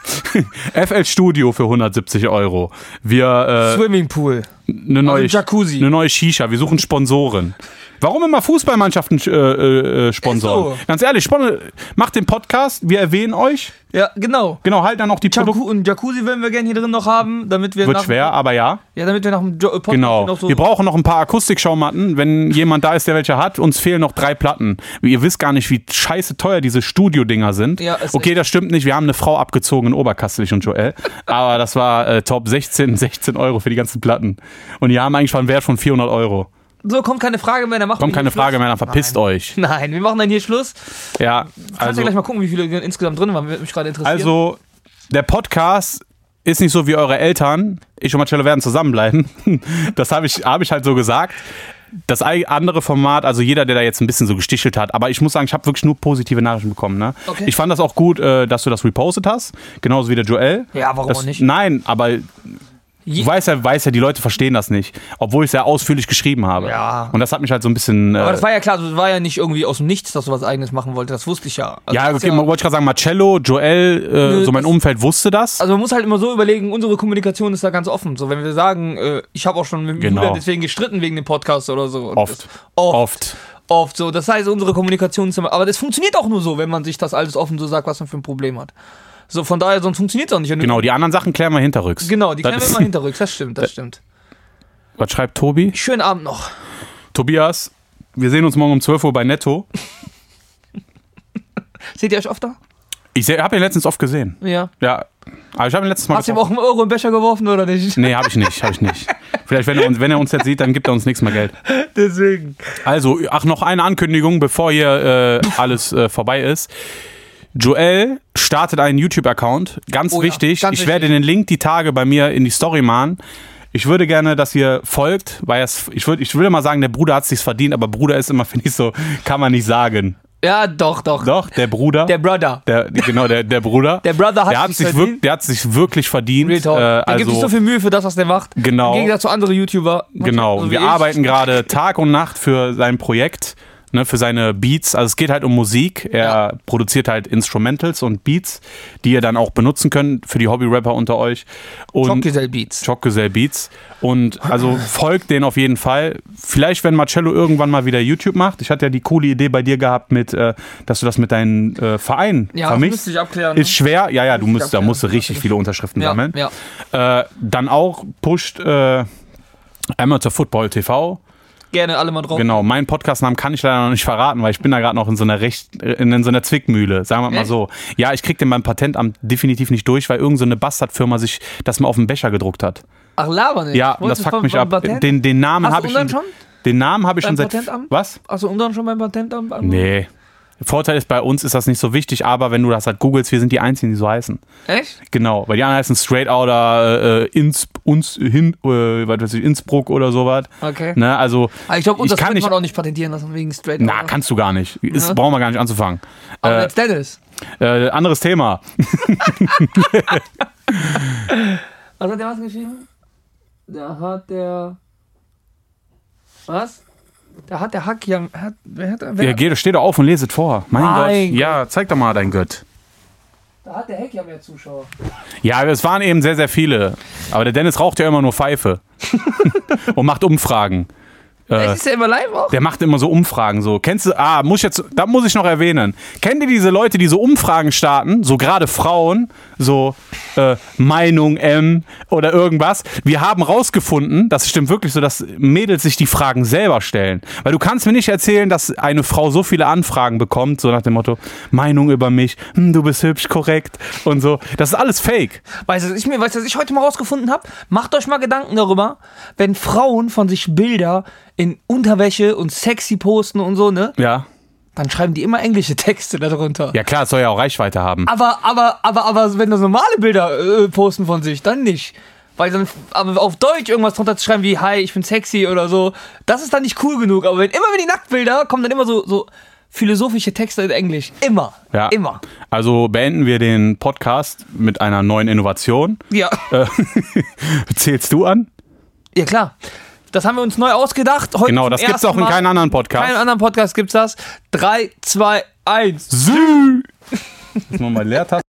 F L Studio für hundertsiebzig Euro. Wir, äh, Swimmingpool. eine neue, Also Jacuzzi. eine neue Shisha. Wir suchen Sponsoren. Warum immer Fußballmannschaften äh, äh, sponsoren? Ist so. Ganz ehrlich, spon- macht den Podcast, wir erwähnen euch. Ja, genau. Genau, halt dann auch die Produkte. Jacu- und Jacuzzi würden wir gerne hier drin noch haben, damit wir Wird nach, schwer, aber ja. Ja, damit wir nach dem jo- Podcast Genau. noch so... Wir brauchen noch ein paar Akustikschaumatten, wenn jemand da ist, der welche hat. Uns fehlen noch drei Platten. Ihr wisst gar nicht, wie scheiße teuer diese Studio-Dinger sind. Ja, ist okay, das stimmt nicht. Wir haben eine Frau abgezogen in Oberkastelich und Joel. Aber das war äh, Top sechzehn, sechzehn Euro für die ganzen Platten. Und die haben eigentlich schon einen Wert von vierhundert Euro. So, kommt keine Frage mehr, dann machen Kommt wir keine hier Frage Schluss. mehr, dann verpisst Nein. euch. Nein, wir machen dann hier Schluss. Ja, Kannst also, du gleich mal gucken, wie viele insgesamt drin waren, würde mich gerade interessieren. also der Podcast ist nicht so wie eure Eltern. Ich und Marcello werden zusammenbleiben. Das habe ich, hab ich halt so gesagt. Das andere Format, also jeder, der da jetzt ein bisschen so gestichelt hat, aber ich muss sagen, ich habe wirklich nur positive Nachrichten bekommen. Ne? Okay. Ich fand das auch gut, äh, dass du das repostet hast, genauso wie der Joel. Ja, warum das, auch nicht? Nein, aber Je- du weißt ja, weißt ja, die Leute verstehen das nicht, obwohl ich es ja ausführlich geschrieben habe. Ja. Und das hat mich halt so ein bisschen... Äh, Aber das war ja klar, das war ja nicht irgendwie aus dem Nichts, dass du was Eigenes machen wolltest, das wusste ich ja. Also ja, das ist okay, wollte ich gerade sagen, Marcello, Joel, äh, Nö, so mein das- Umfeld wusste das. Also man muss halt immer so überlegen, unsere Kommunikation ist da ganz offen. So, wenn wir sagen, äh, ich habe auch schon mit Genau. Julia deswegen gestritten wegen dem Podcast oder so. Und Oft. Das, oft. Oft. Oft so. Das heißt, unsere Kommunikation ist immer. Aber das funktioniert auch nur so, wenn man sich das alles offen so sagt, was man für ein Problem hat. So, von daher, sonst funktioniert es auch nicht. Wenn du- Genau, die anderen Sachen klären wir hinterrücks. Genau, die Das klären wir ist- immer hinterrücks. Das stimmt, das stimmt. Was schreibt Tobi? Schönen Abend noch. Tobias, wir sehen uns morgen um zwölf Uhr bei Netto. Seht ihr euch öfter? Ich habe ihn letztens oft gesehen. Ja. Ja, aber ich habe ihn letztes Mal Hast du ihm getroffen. auch einen Euro im Becher geworfen oder nicht? Nee, habe ich nicht, habe ich nicht. Vielleicht, wenn er, uns, wenn er uns jetzt sieht, dann gibt er uns nichts mehr Geld. Deswegen. Also, ach, noch eine Ankündigung, bevor hier äh, alles äh, vorbei ist. Joel startet einen YouTube-Account. Ganz Oh ja, wichtig. ganz ich wichtig. werde den Link die Tage bei mir in die Story machen. Ich würde gerne, dass ihr folgt, weil es, ich würde ich würde mal sagen, der Bruder hat es sich verdient, aber Bruder ist immer, finde ich so, kann man nicht sagen. Ja, doch, doch. Doch, der Bruder. Der Brother. Der, genau, der, der Bruder. Der Brother hat der hat sich's sich verdient. wirk, Der hat sich wirklich verdient. Real Talk. Äh, der also, gibt sich so viel Mühe für das, was der macht. Genau. Im Gegensatz zu anderen YouTuber. Genau. So Und wie wir ich. arbeiten gerade Tag und Nacht für sein Projekt, ne, für seine Beats. Also es geht halt um Musik. Er Ja. produziert halt Instrumentals und Beats, die ihr dann auch benutzen könnt für die Hobby-Rapper unter euch. Und Schockgesell Beats. Schockgesell Beats. Und also folgt denen auf jeden Fall. Vielleicht, wenn Marcello irgendwann mal wieder YouTube macht. Ich hatte ja die coole Idee bei dir gehabt, mit, äh, dass du das mit deinen äh, Verein Ja, das vermischst. müsste ich abklären. Ne? Ist schwer. Ja, ja, du musst, da abklären. musst du richtig viele Unterschriften ja, sammeln. ja. Äh, dann auch pusht äh, Amateur Football T V. gerne alle mal drauf. Genau, meinen Podcastnamen kann ich leider noch nicht verraten, weil ich bin da gerade noch in so einer Recht, in so einer Zwickmühle, sagen wir mal Echt? so. Ja, ich krieg den beim Patentamt definitiv nicht durch, weil irgend so eine Bastardfirma sich das mal auf den Becher gedruckt hat. Ach, laber nicht. Ja, und das fuckt mich ab. Patent? Den, den Namen Hast habe du ich unseren schon. schon? Den Namen habe ich Beim schon seit. Patentamt? Was? Hast du unseren schon beim Patentamt? Nee. Vorteil ist, bei uns ist das nicht so wichtig, aber wenn du das halt googelst, wir sind die Einzigen, die so heißen. Echt? Genau, weil die anderen heißen Straight Outer äh, Ins, uns, hin, äh, was weiß ich, Innsbruck oder sowas. Okay. Ne, also, Aber ich glaube, uns ich das kann kann nicht, man auch nicht patentieren lassen wegen Straight na, Outer. kannst du gar nicht. Ist, Ja. Brauchen wir gar nicht anzufangen. Aber Äh, jetzt Dennis. äh, anderes Thema. Was hat der was geschrieben? Da hat der. Was? Da hat der Hack ja. Hat, wer hat, wer Ja, geh, steh doch auf und lese es vor. Mein, Mein Gott. Ja, zeig doch mal dein Gött. Da hat der Heck ja mehr Zuschauer. Ja, es waren eben sehr, sehr viele. Aber der Dennis raucht ja immer nur Pfeife. Und macht Umfragen. Äh, Ist der immer live auch? Der macht immer so Umfragen. So, kennst du, ah, muss ich jetzt, da muss ich noch erwähnen. Kennt ihr diese Leute, die so Umfragen starten? So gerade Frauen, so äh, Meinung M oder irgendwas. Wir haben rausgefunden, das stimmt wirklich so, dass Mädels sich die Fragen selber stellen. Weil du kannst mir nicht erzählen, dass eine Frau so viele Anfragen bekommt, so nach dem Motto, Meinung über mich, hm, du bist hübsch, korrekt und so. Das ist alles Fake. Weißt du, was ich, mir, weißt du, was ich heute mal rausgefunden habe? Macht euch mal Gedanken darüber, wenn Frauen von sich Bilder in Unterwäsche und sexy posten und so, ne? Ja. Dann schreiben die immer englische Texte darunter. Ja klar, es soll ja auch Reichweite haben. Aber, aber, aber, aber, wenn das normale Bilder äh, posten von sich, dann nicht. Weil dann aber auf Deutsch irgendwas drunter zu schreiben wie, hi, ich bin sexy oder so, das ist dann nicht cool genug. Aber wenn, immer wenn die Nacktbilder, kommen dann immer so, so philosophische Texte in Englisch. Immer. Ja. Immer. Also beenden wir den Podcast mit einer neuen Innovation. Ja. Äh, zählst du an? Ja, klar. Das haben wir uns neu ausgedacht. Heute Genau, zum das gibt's ersten auch in Mal. keinem anderen Podcast. In keinem anderen Podcast gibt's das. drei, zwei, eins. Sü. Jetzt mal Leertaste.